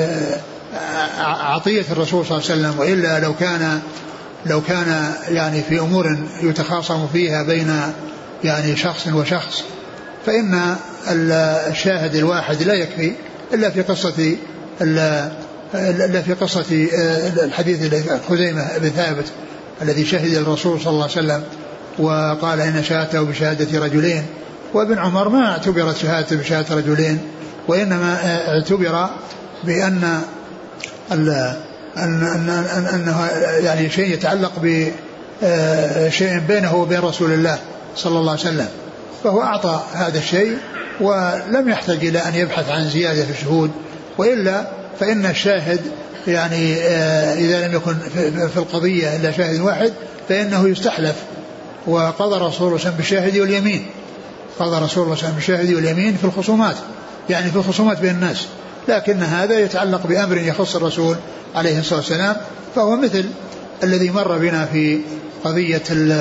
Speaker 2: بعطية الرسول صلى الله عليه وسلم، وإلا لو كان لو كان يعني في أمور يتخاصم فيها بين يعني شخص وشخص فإن الشاهد الواحد لا يكفي إلا في قصة إلا في قصة الحديث خزيمة بن ثابت الذي شهد الرسول صلى الله عليه وسلم وقال إن شهادته بشهادة رجلين. وابن عمر ما اعتبرت شهادته بشهادة رجلين، وإنما اعتبر بأن أن أن أنه يعني شيء يتعلق بشيء بينه وبين رسول الله صلى الله عليه وسلم، فهو أعطى هذا الشيء ولم يحتاج إلى أن يبحث عن زيادة في الشهود. وإلا فإن الشاهد يعني إذا لم يكن في القضية إلا شاهد واحد فإنه يستحلف. وقضى رسول الله صلى الله عليه وسلم بالشاهد واليمين قضى رسول الله صلى الله عليه وسلم بالشاهد واليمين في الخصومات يعني في الخصومات بين الناس، لكن هذا يتعلق بأمر يخص الرسول عليه الصلاة والسلام، فهو مثل الذي مر بنا في قضية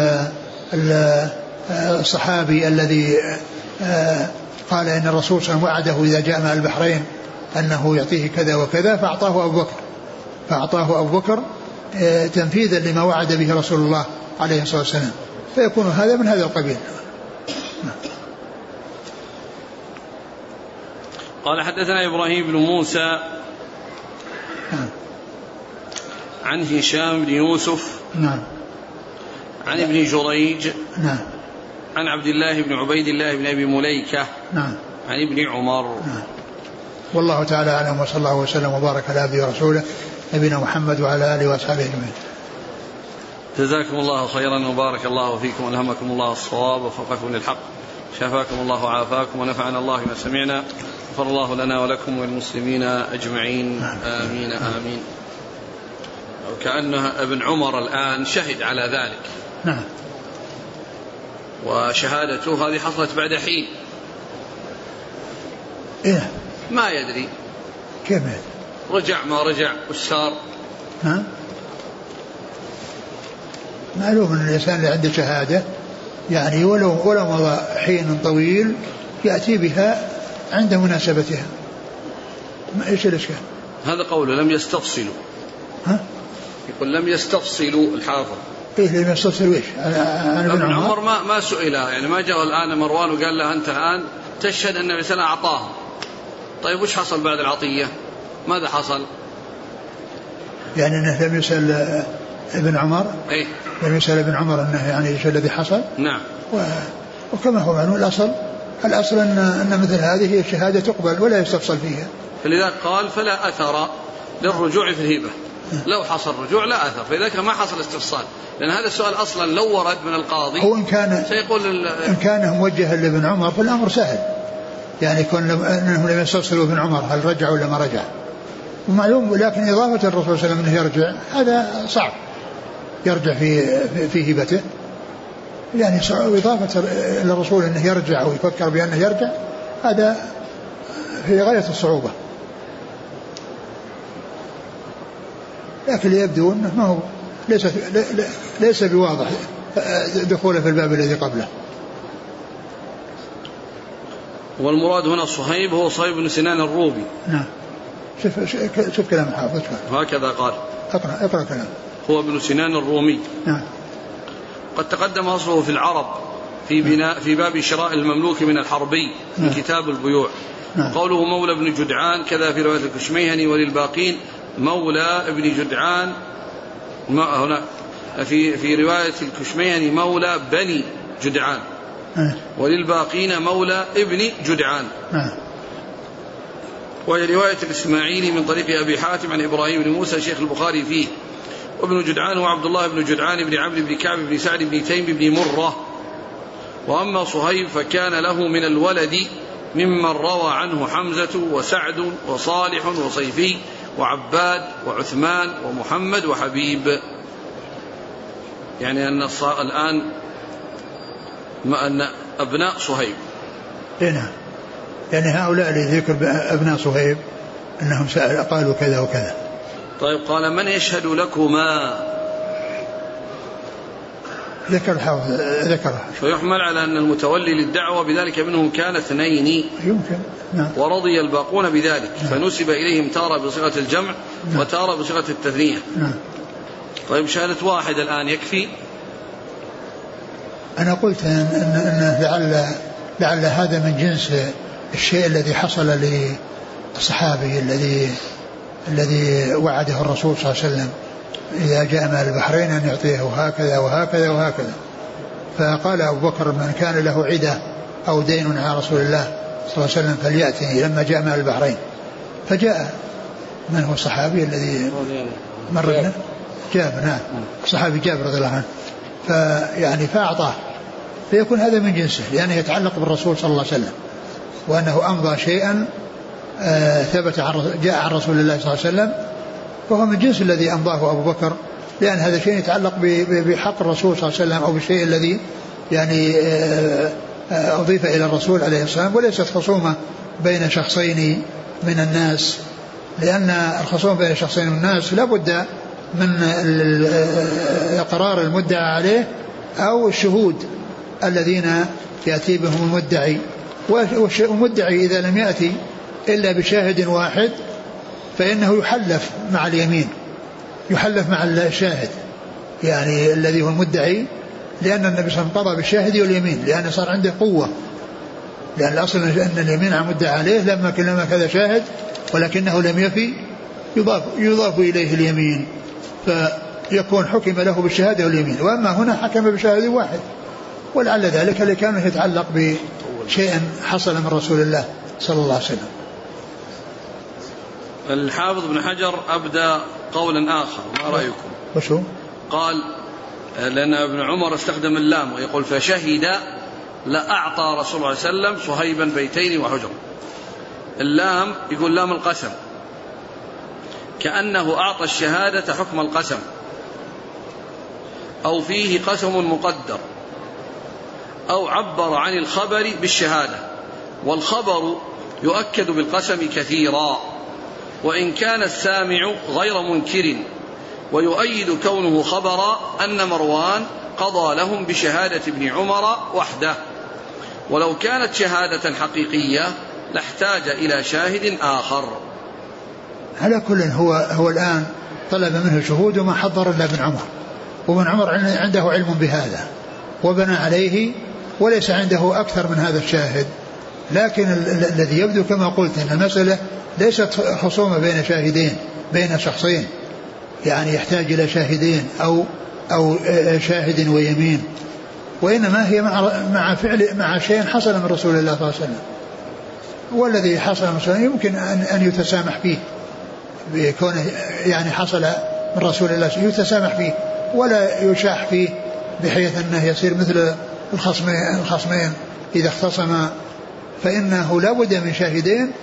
Speaker 2: الصحابي الذي قال إن الرسول صلى الله عليه وسلم وعده إذا جاء مع البحرين أنه يعطيه كذا وكذا فأعطاه أبو بكر فأعطاه أبو بكر تنفيذا لما وعد به رسول الله عليه الصلاة والسلام، فيكون هذا من هذا القبيل.
Speaker 1: قال حدثنا إبراهيم بن موسى
Speaker 2: نعم.
Speaker 1: عن هشام بن يوسف
Speaker 2: نعم.
Speaker 1: عن ابن جريج
Speaker 2: نعم.
Speaker 1: عن عبد الله بن عبيد الله بن أبي مليكة
Speaker 2: نعم.
Speaker 1: عن ابن عمر.
Speaker 2: نعم. والله تعالى أعلم، وصلى الله وسلم وبارك على عبده ورسوله نبينا محمد وعلى آله وأصحابه أجمعين.
Speaker 1: جزاكم الله خيرا وبارك الله فيكم وألهمكم الله الصواب ووفقكم للحق، شفاكم الله وعافاكم ونفعنا الله ما سمعنا، غفر الله لنا ولكم وللمسلمين أجمعين. آمين آمين. وكأن ابن عمر الآن شهد على ذلك.
Speaker 2: نعم.
Speaker 1: وشهادته هذه حصلت بعد حين.
Speaker 2: إيه؟
Speaker 1: ما يدري
Speaker 2: كيف
Speaker 1: رجع ما رجع وش صار.
Speaker 2: نعم. معلوم أن الإنسان اللي عنده شهادة يعني ولو ولو مضى حين طويل يأتي بها عند مناسبتها. ما إيش الإشكال؟
Speaker 1: هذا قوله لم يستفصلوا.
Speaker 2: ها؟
Speaker 1: يقول لم يستفصلوا الحافظ.
Speaker 2: إيه لم يستفصلوا إيش؟ أنا
Speaker 1: ابن عمر ما ما سئل، يعني ما جاء الآن مروان وقال له أنت الآن تشهد أن النبي صلى الله عليه وسلم أعطاه. طيب وش حصل بعد العطية؟ ماذا حصل؟
Speaker 2: يعني أنه لم يسأل ابن عمر.
Speaker 1: إيه؟
Speaker 2: لم يسأل ابن عمر أنه يعني إيش الذي حصل.
Speaker 1: نعم.
Speaker 2: و... وكما هو معلوم الأصل الأصل أن أن مثل هذه الشهادة تقبل ولا يستفصل فيها.
Speaker 1: فلذلك قال فلا أثر للرجوع في الهبة. لو حصل رجوع لا أثر، فلذلك ما حصل استفصال، لأن هذا السؤال أصلا لو ورد من القاضي
Speaker 2: هو إن كان
Speaker 1: سيقول ال...
Speaker 2: إن كان موجها لابن عمر فالأمر سهل، يعني يكون أنهم لم يستفصلوا ابن عمر هل رجع ولا ما رجع ومعلوم، ولكن إضافة الرسول صلى الله عليه وسلم أنه يرجع هذا صعب، يرجع في في هبته، يعني إضافة للرسول أنه يرجع أو يفكر بأنه يرجع هذا في غاية الصعوبة. لكن يبدو أنه ما هو ليس ليس بواضح دخوله في الباب الذي قبله.
Speaker 1: والمراد هنا صهيب هو صهيب بن سنان الرومي.
Speaker 2: نعم. شوف شوف كلام الحافظ
Speaker 1: هكذا قال.
Speaker 2: اقرأ اقرأ كلام.
Speaker 1: هو ابن سنان الرومي.
Speaker 2: نعم.
Speaker 1: قد تقدم أصله في العرب في بناء في باب شراء المملوك من الحربي في
Speaker 2: نعم.
Speaker 1: كتاب البيوع.
Speaker 2: نعم.
Speaker 1: وقوله مولى ابن جدعان كذا في رواية الكشميهني وللباقين مولى ابن جدعان هنا في في رواية الكشميهني مولى بني جدعان.
Speaker 2: نعم.
Speaker 1: وللباقين مولى ابن جدعان.
Speaker 2: نعم.
Speaker 1: وهي رواية الإسماعيلي من طريق أبي حاتم عن إبراهيم بن موسى شيخ البخاري فيه. وابن جدعان هو عبد الله بن جدعان بن عمرو بن كعب بن سعد بن تيم بن مرة. وأما صهيب فكان له من الولد ممن روى عنه حمزة وسعد وصالح وصيفي وعباد وعثمان ومحمد وحبيب، يعني أن الآن ما أن أبناء صهيب.
Speaker 2: هنا يعني هؤلاء اللي ذكر أبناء صهيب أنهم قالوا كذا وكذا.
Speaker 1: طيب قال من يشهد لكما؟
Speaker 2: ذكر الحافظ ذكره.
Speaker 1: فيحمل على أن المتولي للدعوة بذلك منهم كان اثنين.
Speaker 2: يمكن. نعم.
Speaker 1: ورضي الباقون بذلك. نعم. فنسب إليهم تارة بصيغة الجمع. نعم. وتارة بصيغة التثنية.
Speaker 2: نعم.
Speaker 1: طيب شهادة واحد الآن يكفي؟
Speaker 2: أنا قلت إن, إن لعل لعل هذا من جنس الشيء الذي حصل للصحابي الذي الذي وعده الرسول صلى الله عليه وسلم إذا جاء من البحرين أن يعطيه هكذا وهكذا وهكذا. فقال أبو بكر من كان له عدة أو دين على رسول الله صلى الله عليه وسلم فليأتني لما جاء من البحرين. فجاء من هو الصحابي الذي مرنا جابر. نعم. صحابي جابر رضي الله عنه. فيعني فأعطاه، فيكون هذا من جنسه لأنه يتعلق بالرسول صلى الله عليه وسلم، وأنه أمضى شيئا آه ثبت عن جاء عن رسول الله صلى الله عليه وسلم، فهو من جنس الذي أمضاه أبو بكر، لأن هذا شيء يتعلق بحق الرسول صلى الله عليه وسلم أو بالشيء الذي يعني آه آه أضيف إلى الرسول عليه السلام، وليست خصومة بين شخصين من الناس، لأن الخصومة بين شخصين من الناس لابد من إقرار المدعى عليه أو الشهود الذين يأتي بهم المدعي. والمدعي إذا لم يأتي إلا بشاهد واحد فإنه يحلف مع اليمين، يحلف مع الشاهد يعني الذي هو المدعي، لأن النبي صلى الله عليه وسلم قضى بالشاهد واليمين لأن صار عنده قوة لأن الأصل أن اليمين على المدعى عليه لما كلما كذا شاهد ولكنه لم يفي يضاف, يضاف إليه اليمين فيكون حكم له بالشهادة واليمين. وأما هنا حكم بشهادة واحد ولعل ذلك اللي كان يتعلق بشيء حصل من رسول الله صلى الله عليه وسلم.
Speaker 1: الحافظ بن حجر أبدى قولا آخر، ما رأيكم؟
Speaker 2: وشو؟
Speaker 1: قال لأن ابن عمر استخدم اللام ويقول فشهد لأعطى رسول الله صلى الله عليه وسلم صهيبا بيتين وحجر. اللام يقول لام القسم، كأنه أعطى الشهادة حكم القسم أو فيه قسم مقدر أو عبر عن الخبر بالشهادة، والخبر يؤكد بالقسم كثيرا وإن كان السامع غير منكر، ويؤيد كونه خبرا أن مروان قضى لهم بشهادة ابن عمر وحده، ولو كانت شهادة حقيقية لاحتاج إلى شاهد آخر.
Speaker 2: على كل هو, هو الآن طلب منه شهود وما حضر إلا ابن عمر، وابن عمر عنده علم بهذا وبنى عليه وليس عنده أكثر من هذا الشاهد. لكن الذي يبدو كما قلت أن المسألة ليست خصومة بين شاهدين بين شخصين، يعني يحتاج إلى شاهدين أو أو شاهد ويمين، وإنما هي مع مع فعل مع شيء حصل من رسول الله صلى الله عليه وسلم، والذي حصل من رسول الله يمكن أن أن يتسامح فيه بكونه يعني حصل من رسول الله يتسامح فيه ولا يشاح فيه بحيث أنه يصير مثل الخصمين الخصمين إذا اختصما، فإنه لا بد من شاهدين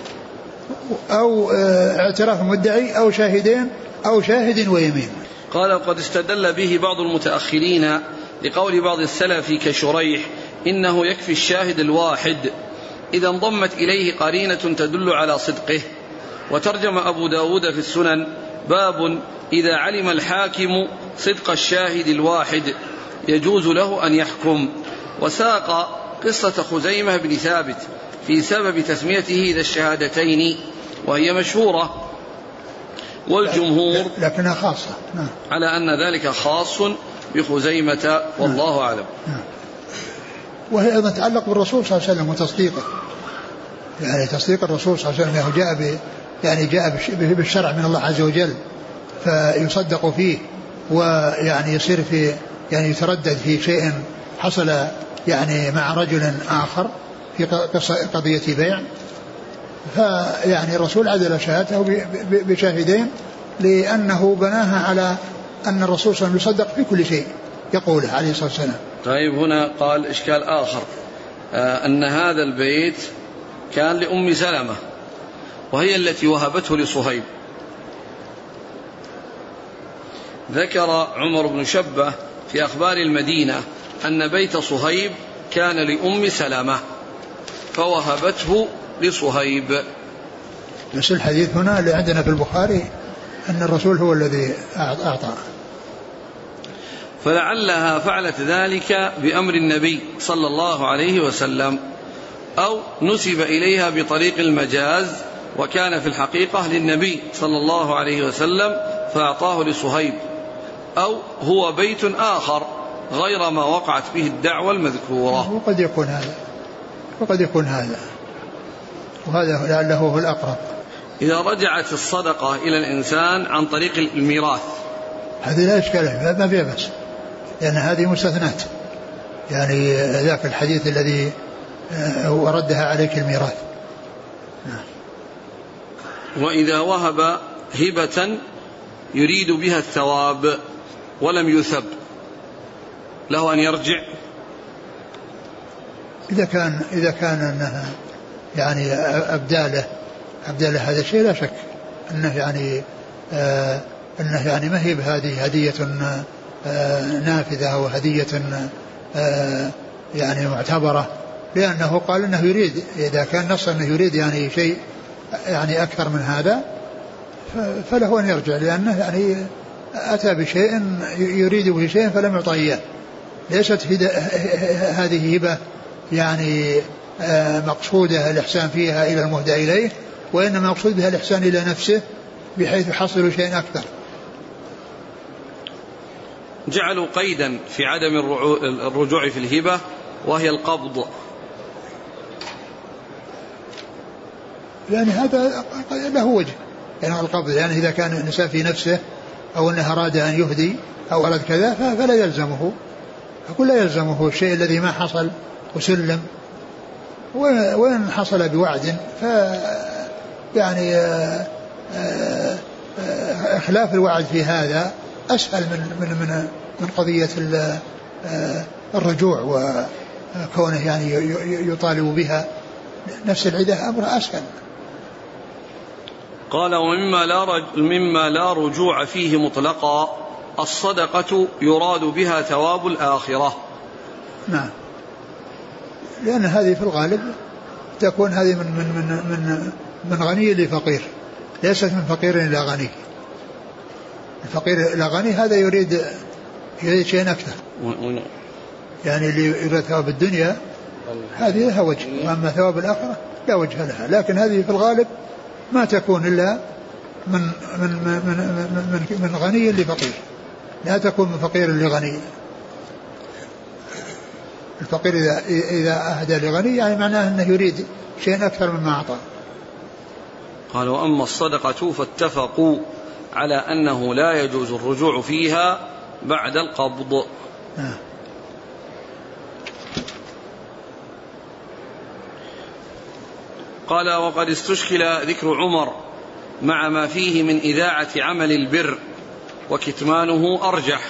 Speaker 2: أو اعتراف المدعي أو شاهدين أو شاهد ويمين.
Speaker 1: قال قد استدل به بعض المتأخرين لقول بعض السلف كشريح إنه يكفي الشاهد الواحد إذا انضمت إليه قرينة تدل على صدقه. وترجم أبو داود في السنن باب إذا علم الحاكم صدق الشاهد الواحد يجوز له أن يحكم، وساق قصة خزيمة بن ثابت في سبب تسميته ذا الشهادتين وهي مشهورة، والجمهور
Speaker 2: لكنها خاصة نعم.
Speaker 1: على أن ذلك خاص بخزيمة والله نعم. أعلم نعم.
Speaker 2: وهي أيضا تتعلق بالرسول صلى الله عليه وسلم وتصديقه، يعني تصديق الرسول صلى الله عليه وسلم جاء ب يعني جاء بالشرع من الله عز وجل فيصدق فيه، ويعني يصير في يعني يتردد في شيء حصل يعني مع رجل آخر في قضية بيع، فيعني الرسول عدل شهادته بشاهدين لأنه بناها على أن الرسول صلى الله عليه وسلم يصدق في كل شيء يقوله عليه الصلاة والسلام.
Speaker 1: طيب هنا قال إشكال آخر آه أن هذا البيت كان لأم سلمة وهي التي وهبته لصهيب. ذكر عمر بن شبة في أخبار المدينة أن بيت صهيب كان لأم سلمة فوهبته لصهيب.
Speaker 2: نفس الحديث هنا اللي عندنا في البخاري أن الرسول هو الذي أعطى،
Speaker 1: فلعلها فعلت ذلك بأمر النبي صلى الله عليه وسلم أو نسب إليها بطريق المجاز وكان في الحقيقة للنبي صلى الله عليه وسلم فأعطاه لصهيب، أو هو بيت آخر غير ما وقعت به الدعوة المذكورة.
Speaker 2: وقد يكون هذا وقد يكون هذا وهذا لعله هو الأقرب.
Speaker 1: إذا رجعت الصدقة إلى الإنسان عن طريق الميراث
Speaker 2: هذه لا إشكال ما فيها بس، لأن هذه مستثنات، يعني ذاك الحديث الذي وردها عليك الميراث.
Speaker 1: وإذا وهب هبة يريد بها الثواب ولم يثب له أن يرجع؟
Speaker 2: إذا كان إذا كان أنها يعني أبداله أبداله هذا الشيء لا شك أنه يعني آه أنه يعني ما هي بهذه هدية آه نافذة وهدية آه يعني معتبرة، لأنه قال أنه يريد، إذا كان نص أنه يريد يعني شيء يعني أكثر من هذا فله أن يرجع، لأنه يعني أتى بشيء يريد به شيء فلم يعطى إياه. ليست هذه هبة يعني مقصودة الإحسان فيها إلى المهدى إليه، وإنما مقصود بها الإحسان إلى نفسه بحيث يحصل شيء أكثر.
Speaker 1: جعلوا قيدا في عدم الرجوع في الهبة وهي القبض.
Speaker 2: يعني هذا له وجه يعني القبض، يعني إذا كان الإنسان في نفسه أو أنه أراد أن يهدي أو أراد كذا فلا يلزمه، أقول لا يلزمه الشيء الذي ما حصل وسلم، وإن حصل بوعد ف يعني إخلاف الوعد في هذا أسهل من من من من قضية الرجوع وكونه يعني يطالب بها نفس العدة أمر أسهل.
Speaker 1: قال ومما لا مما لا رجوع فيه مطلقا الصدقة يراد بها ثواب الآخرة.
Speaker 2: نعم، لأن هذه في الغالب تكون هذه من من من من, من غني لفقير، ليست من فقير إلى غني. الفقير إلى غني هذا يريد يريد شيء أكثر، يعني اللي يريد ثواب الدنيا هذه لها وجه، وأما ثواب الآخرة لا وجه لها. لكن هذه في الغالب ما تكون إلا من من من من, من, من غني لفقير، لا تكون من فقير لغني. الفقير إذا إذا أهدى لغني يعني معناه أنه يريد شيء أكثر مما أعطى.
Speaker 1: قال وأما الصدقة فاتفقوا على أنه لا يجوز الرجوع فيها بعد القبض. آه. قال وقد استشكل ذكر عمر مع ما فيه من إذاعة عمل البر وكتمانه أرجح،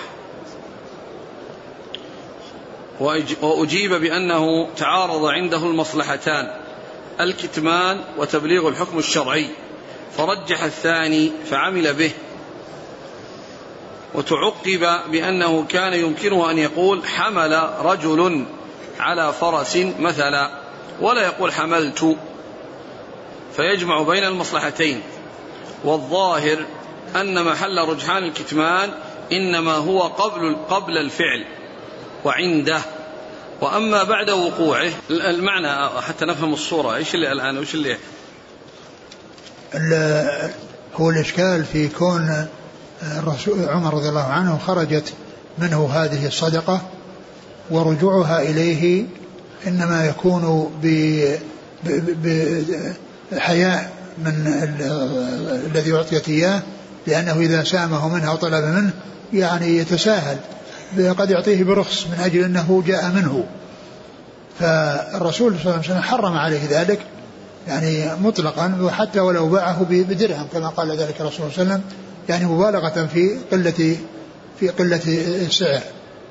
Speaker 1: وأجيب بأنه تعارض عنده المصلحتان الكتمان وتبليغ الحكم الشرعي، فرجح الثاني فعمل به. وتعقب بأنه كان يمكنه أن يقول حمل رجل على فرس مثلا ولا يقول حملت، فيجمع بين المصلحتين. والظاهر أن محل رجحان الكتمان إنما هو قبل قبل الفعل وعنده، وأما بعد وقوعه. المعنى حتى نفهم الصورة إيش اللي الآن وإيش اللي
Speaker 2: هو الإشكال في كون الرسول عمر رضي الله عنه خرجت منه هذه الصدقة، ورجوعها إليه إنما يكون بحياء من الذي أعطيت إياه، لأنه إذا سامه منها وطلب منه يعني يتساهل، قد يعطيه برخص من أجل أنه جاء منه. فالرسول صلى الله عليه وسلم حرم عليه ذلك يعني مطلقا، وحتى ولو باعه بدرهم كما قال ذلك الرسول صلى الله عليه وسلم، يعني مبالغة في قلة في قلة السعر.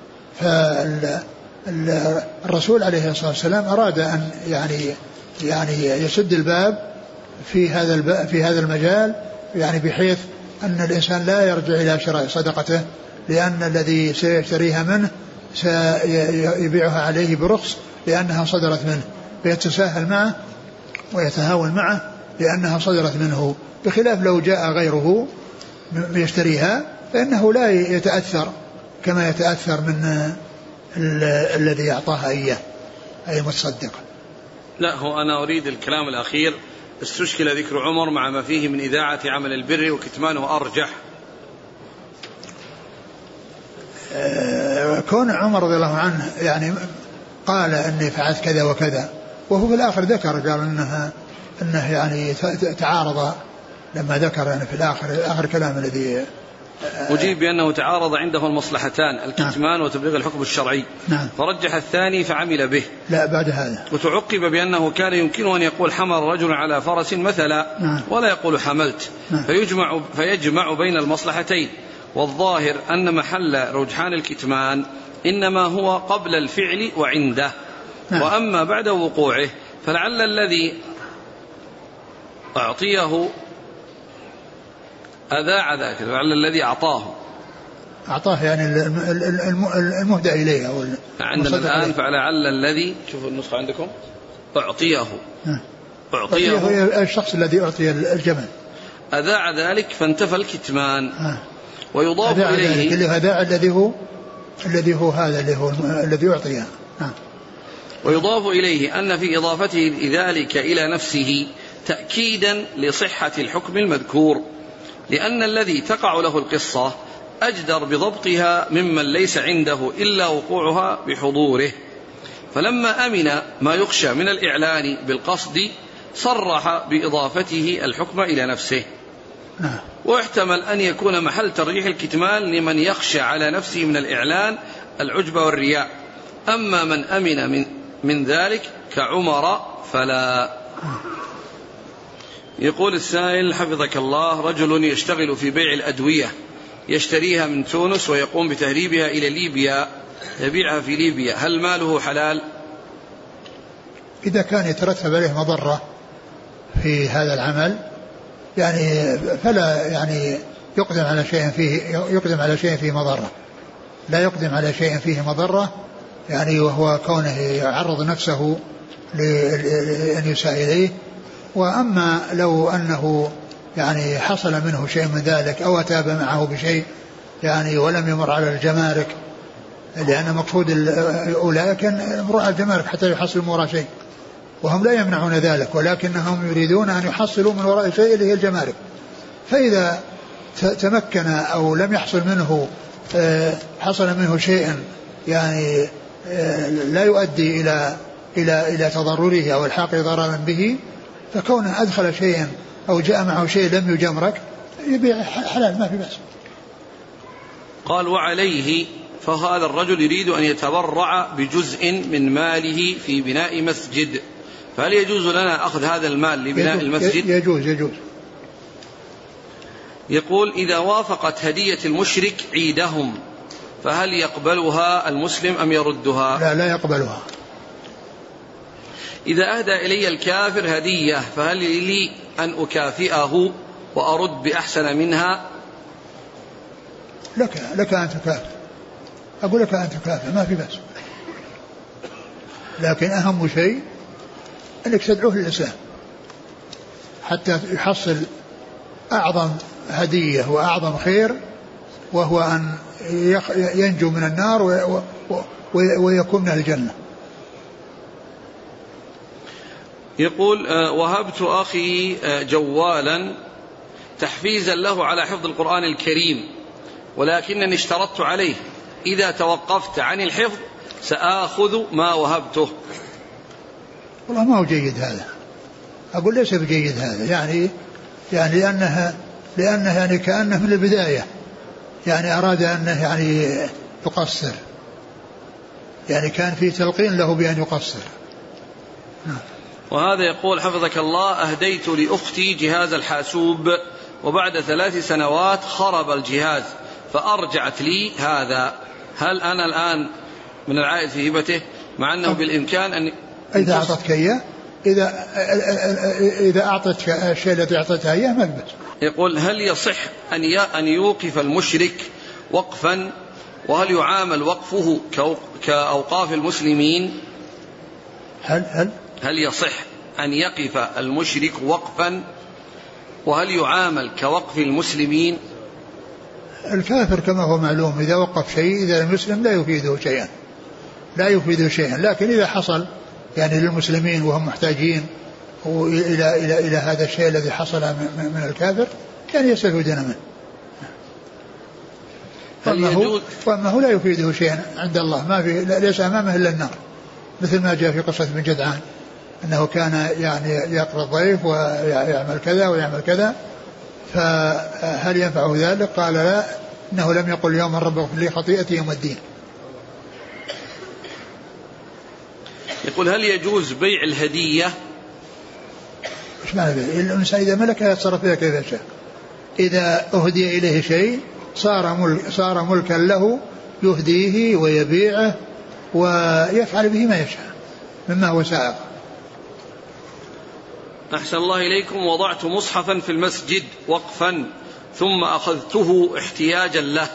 Speaker 2: فالرسول عليه الصلاة والسلام أراد أن يعني يعني يسد الباب في هذا الباب في هذا المجال، يعني بحيث أن الإنسان لا يرجع إلى شراء صدقته، لأن الذي سيشتريها منه سيبيعها عليه برخص لأنها صدرت منه، فيتساهل معه ويتهاون معه لأنها صدرت منه، بخلاف لو جاء غيره يشتريها فإنه لا يتأثر كما يتأثر من الذي أعطاها إياه أي متصدق.
Speaker 1: لا، هو أنا أريد الكلام الأخير. استشكل ذكر عمر مع ما فيه من إذاعة عمل البر وكتمانه أرجح.
Speaker 2: كون عمر رضي الله عنه يعني قال أني فعلت كذا وكذا، وهو في الآخر ذكر قال أنها أنه يعني تعارض لما ذكر يعني في الآخر آخر كلام الذي
Speaker 1: أجيب بأنه تعارض عنده المصلحتان الكتمان نعم. وتبليغ الحكم الشرعي
Speaker 2: نعم.
Speaker 1: فرجح الثاني فعمل به.
Speaker 2: لا بعد هذا.
Speaker 1: وتعقب بأنه كان يمكنه أن يقول حمل رجل على فرس مثلا نعم. ولا يقول حملت نعم. فيجمع, فيجمع بين المصلحتين. والظاهر أن محل رجحان الكتمان إنما هو قبل الفعل وعنده نعم. وأما بعد وقوعه فلعل الذي أعطيه أذاع ذاك، لعل الذي أعطاه
Speaker 2: أعطاه يعني المهدى إليه أو
Speaker 1: عندنا الآن، فلعل الذي شوفوا النسخة عندكم أعطيه
Speaker 2: أعطيه الشخص الذي أعطي الجمل
Speaker 1: أذاع ذلك فانتفى الكتمان. ويضاف إليه
Speaker 2: اللي هذا الذي هو الذي هو هذا اللي هو الذي أعطيه.
Speaker 1: ويضاف إليه أن في إضافته ذلك إلى نفسه تأكيدا لصحة الحكم المذكور، لأن الذي تقع له القصة أجدر بضبطها ممن ليس عنده إلا وقوعها بحضوره. فلما أمن ما يخشى من الإعلان بالقصد صرح بإضافته الحكم إلى نفسه. ويحتمل أن يكون محل ترجيح الكتمان لمن يخشى على نفسه من الإعلان العجب والرياء، أما من أمن من, من ذلك كعمر فلا. يقول السائل حفظك الله: رجل يشتغل في بيع الأدوية، يشتريها من تونس ويقوم بتهريبها إلى ليبيا يبيعها في ليبيا، هل ماله حلال؟
Speaker 2: إذا كان يترتب عليه مضرة في هذا العمل يعني فلا يعني يقدم على شيء فيه يقدم على شيء فيه مضرة، لا يقدم على شيء فيه مضرة يعني وهو كونه يعرض نفسه لأن يساء إليه. وأما لو أنه يعني حصل منه شيء من ذلك أو أتاب معه بشيء يعني ولم يمر على الجمارك، لأن مقصود أولئك يمرون على الجمارك حتى يحصلوا من وراء شيء، وهم لا يمنعون ذلك، ولكنهم يريدون أن يحصلوا من وراء شيء اللي هي الجمارك. فإذا تمكن أو لم يحصل منه حصل منه شيء يعني لا يؤدي إلى إلى إلى تضرره أو الحاق ضررا به، فكونه أدخل شيئا أو جاء معه شيء لم يجمرك يبيع حلال ما في بأس.
Speaker 1: قال: وعليه فهذا الرجل يريد أن يتبرع بجزء من ماله في بناء مسجد، فهل يجوز لنا أخذ هذا المال لبناء
Speaker 2: يجوز
Speaker 1: المسجد؟
Speaker 2: يجوز يجوز.
Speaker 1: يقول: إذا وافقت هدية المشرك عيدهم فهل يقبلها المسلم أم يردها؟
Speaker 2: لا لا يقبلها.
Speaker 1: إذا أهدى إلي الكافر هدية فهل لي أن أكافئه وأرد بأحسن منها؟
Speaker 2: لك لك أن تكافئ، أقول لك أن تكافئ ما في بأس، لكن أهم شيء أنك تدعوه للإسلام حتى يحصل أعظم هدية وأعظم خير، وهو أن ينجو من النار ويكون من الجنة.
Speaker 1: يقول: وهبت أخي جوالا تحفيزا له على حفظ القرآن الكريم، ولكنني اشترطت عليه إذا توقفت عن الحفظ سآخذ ما وهبته.
Speaker 2: والله ما هو جيد هذا، أقول ليس بجيد هذا، يعني يعني لأنها لأنه يعني كأنه من البداية يعني أراد أنه يعني يقصر، يعني كان في تلقين له بأن يقصر.
Speaker 1: وهذا يقول حفظك الله: أهديت لأختي جهاز الحاسوب وبعد ثلاث سنوات خرب الجهاز فأرجعت لي هذا، هل أنا الآن من العائد في هبته مع أنه بالإمكان أن
Speaker 2: إذا أعطتك إياه إذا إذا أعطتك الشيء الذي أعطتها إياه ما بس.
Speaker 1: يقول: هل يصح أن أن يوقف المشرك وقفا، وهل يعامل وقفه كأوقاف المسلمين؟
Speaker 2: هل هل
Speaker 1: هل يصح أن يقف المشرك وقفا، وهل يعامل كوقف المسلمين؟
Speaker 2: الكافر كما هو معلوم إذا وقف شيء إذا المسلم لا يفيده شيئا لا يفيده شيئا لكن إذا حصل يعني للمسلمين وهم محتاجين إلى إلى إلى هذا الشيء الذي حصل من الكافر يعني يستفيدون منه. وأما هو لا يفيده شيئا عند الله، ما في ليس أمامه إلا النار، مثل ما جاء في قصة ابن جدعان أنه كان يعني يقرأ الضيف ويعمل كذا ويعمل كذا، فهل ينفعه ذلك؟ قال لا، إنه لم يقل يوم رب اغفر لي خطيئتي يوم الدين.
Speaker 1: يقول: هل يجوز بيع الهدية؟
Speaker 2: إيش معنى بيع؟ الإنسان إذا ملكها يتصرف فيها كيف يشاء، إذا أهدي إليه شيء صار ملك صار ملكا له يهديه ويبيعه ويفعل به ما يشاء مما هو سائق.
Speaker 1: أحسن الله إليكم. وضعت مصحفا في المسجد وقفا ثم أخذته احتياجا له.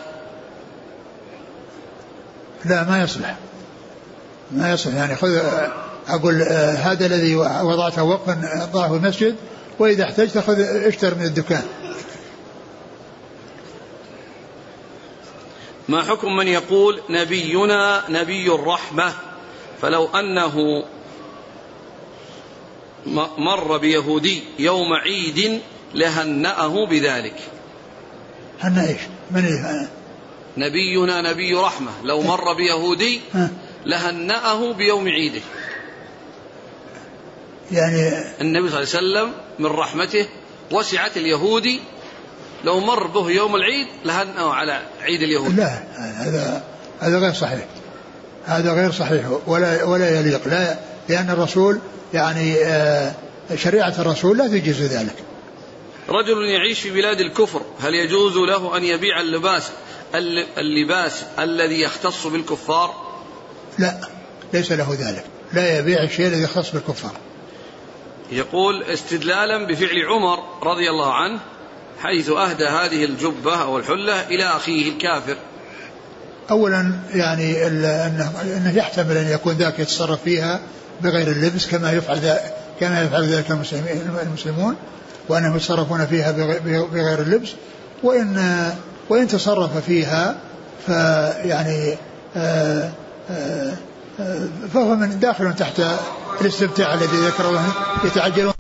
Speaker 2: لا ما يصلح ما يصلح يعني خذ أقول آه هذا الذي وضعته وقفا ضعه في المسجد، وإذا احتجت خذ اشتر من الدكان.
Speaker 1: ما حكم من يقول نبينا نبي الرحمة، فلو أنه مر بيهودي يوم عيد لهنأه بذلك؟
Speaker 2: هنأ إيش؟ من إيه؟
Speaker 1: نبينا نبي رحمة لو مر بيهودي لهنأه بيوم عيده.
Speaker 2: يعني
Speaker 1: النبي صلى الله عليه وسلم من رحمته وسعت اليهودي لو مر به يوم العيد لهنأه على عيد اليهود.
Speaker 2: لا هذا هذا غير صحيح، هذا غير صحيح ولا ولا يليق، لا، لأن الرسول يعني شريعة الرسول لا تجيز ذلك.
Speaker 1: رجل يعيش في بلاد الكفر هل يجوز له أن يبيع اللباس اللباس الذي يختص بالكفار؟
Speaker 2: لا، ليس له ذلك، لا يبيع الشيء الذي يختص بالكفار.
Speaker 1: يقول استدلالا بفعل عمر رضي الله عنه حيث أهدى هذه الجبة أو الحلة إلى أخيه الكافر.
Speaker 2: أولا يعني أنه يحتمل أن يكون ذاك يتصرف فيها بغير اللبس كما يفعل ذلك كما يفعل ذلك المسلمون، وأنهم يتصرفون فيها بغير اللبس، وإن وإن تصرف فيها فيعني فهو من داخل تحت الاستمتاع الذي ذكر الله يتعجلون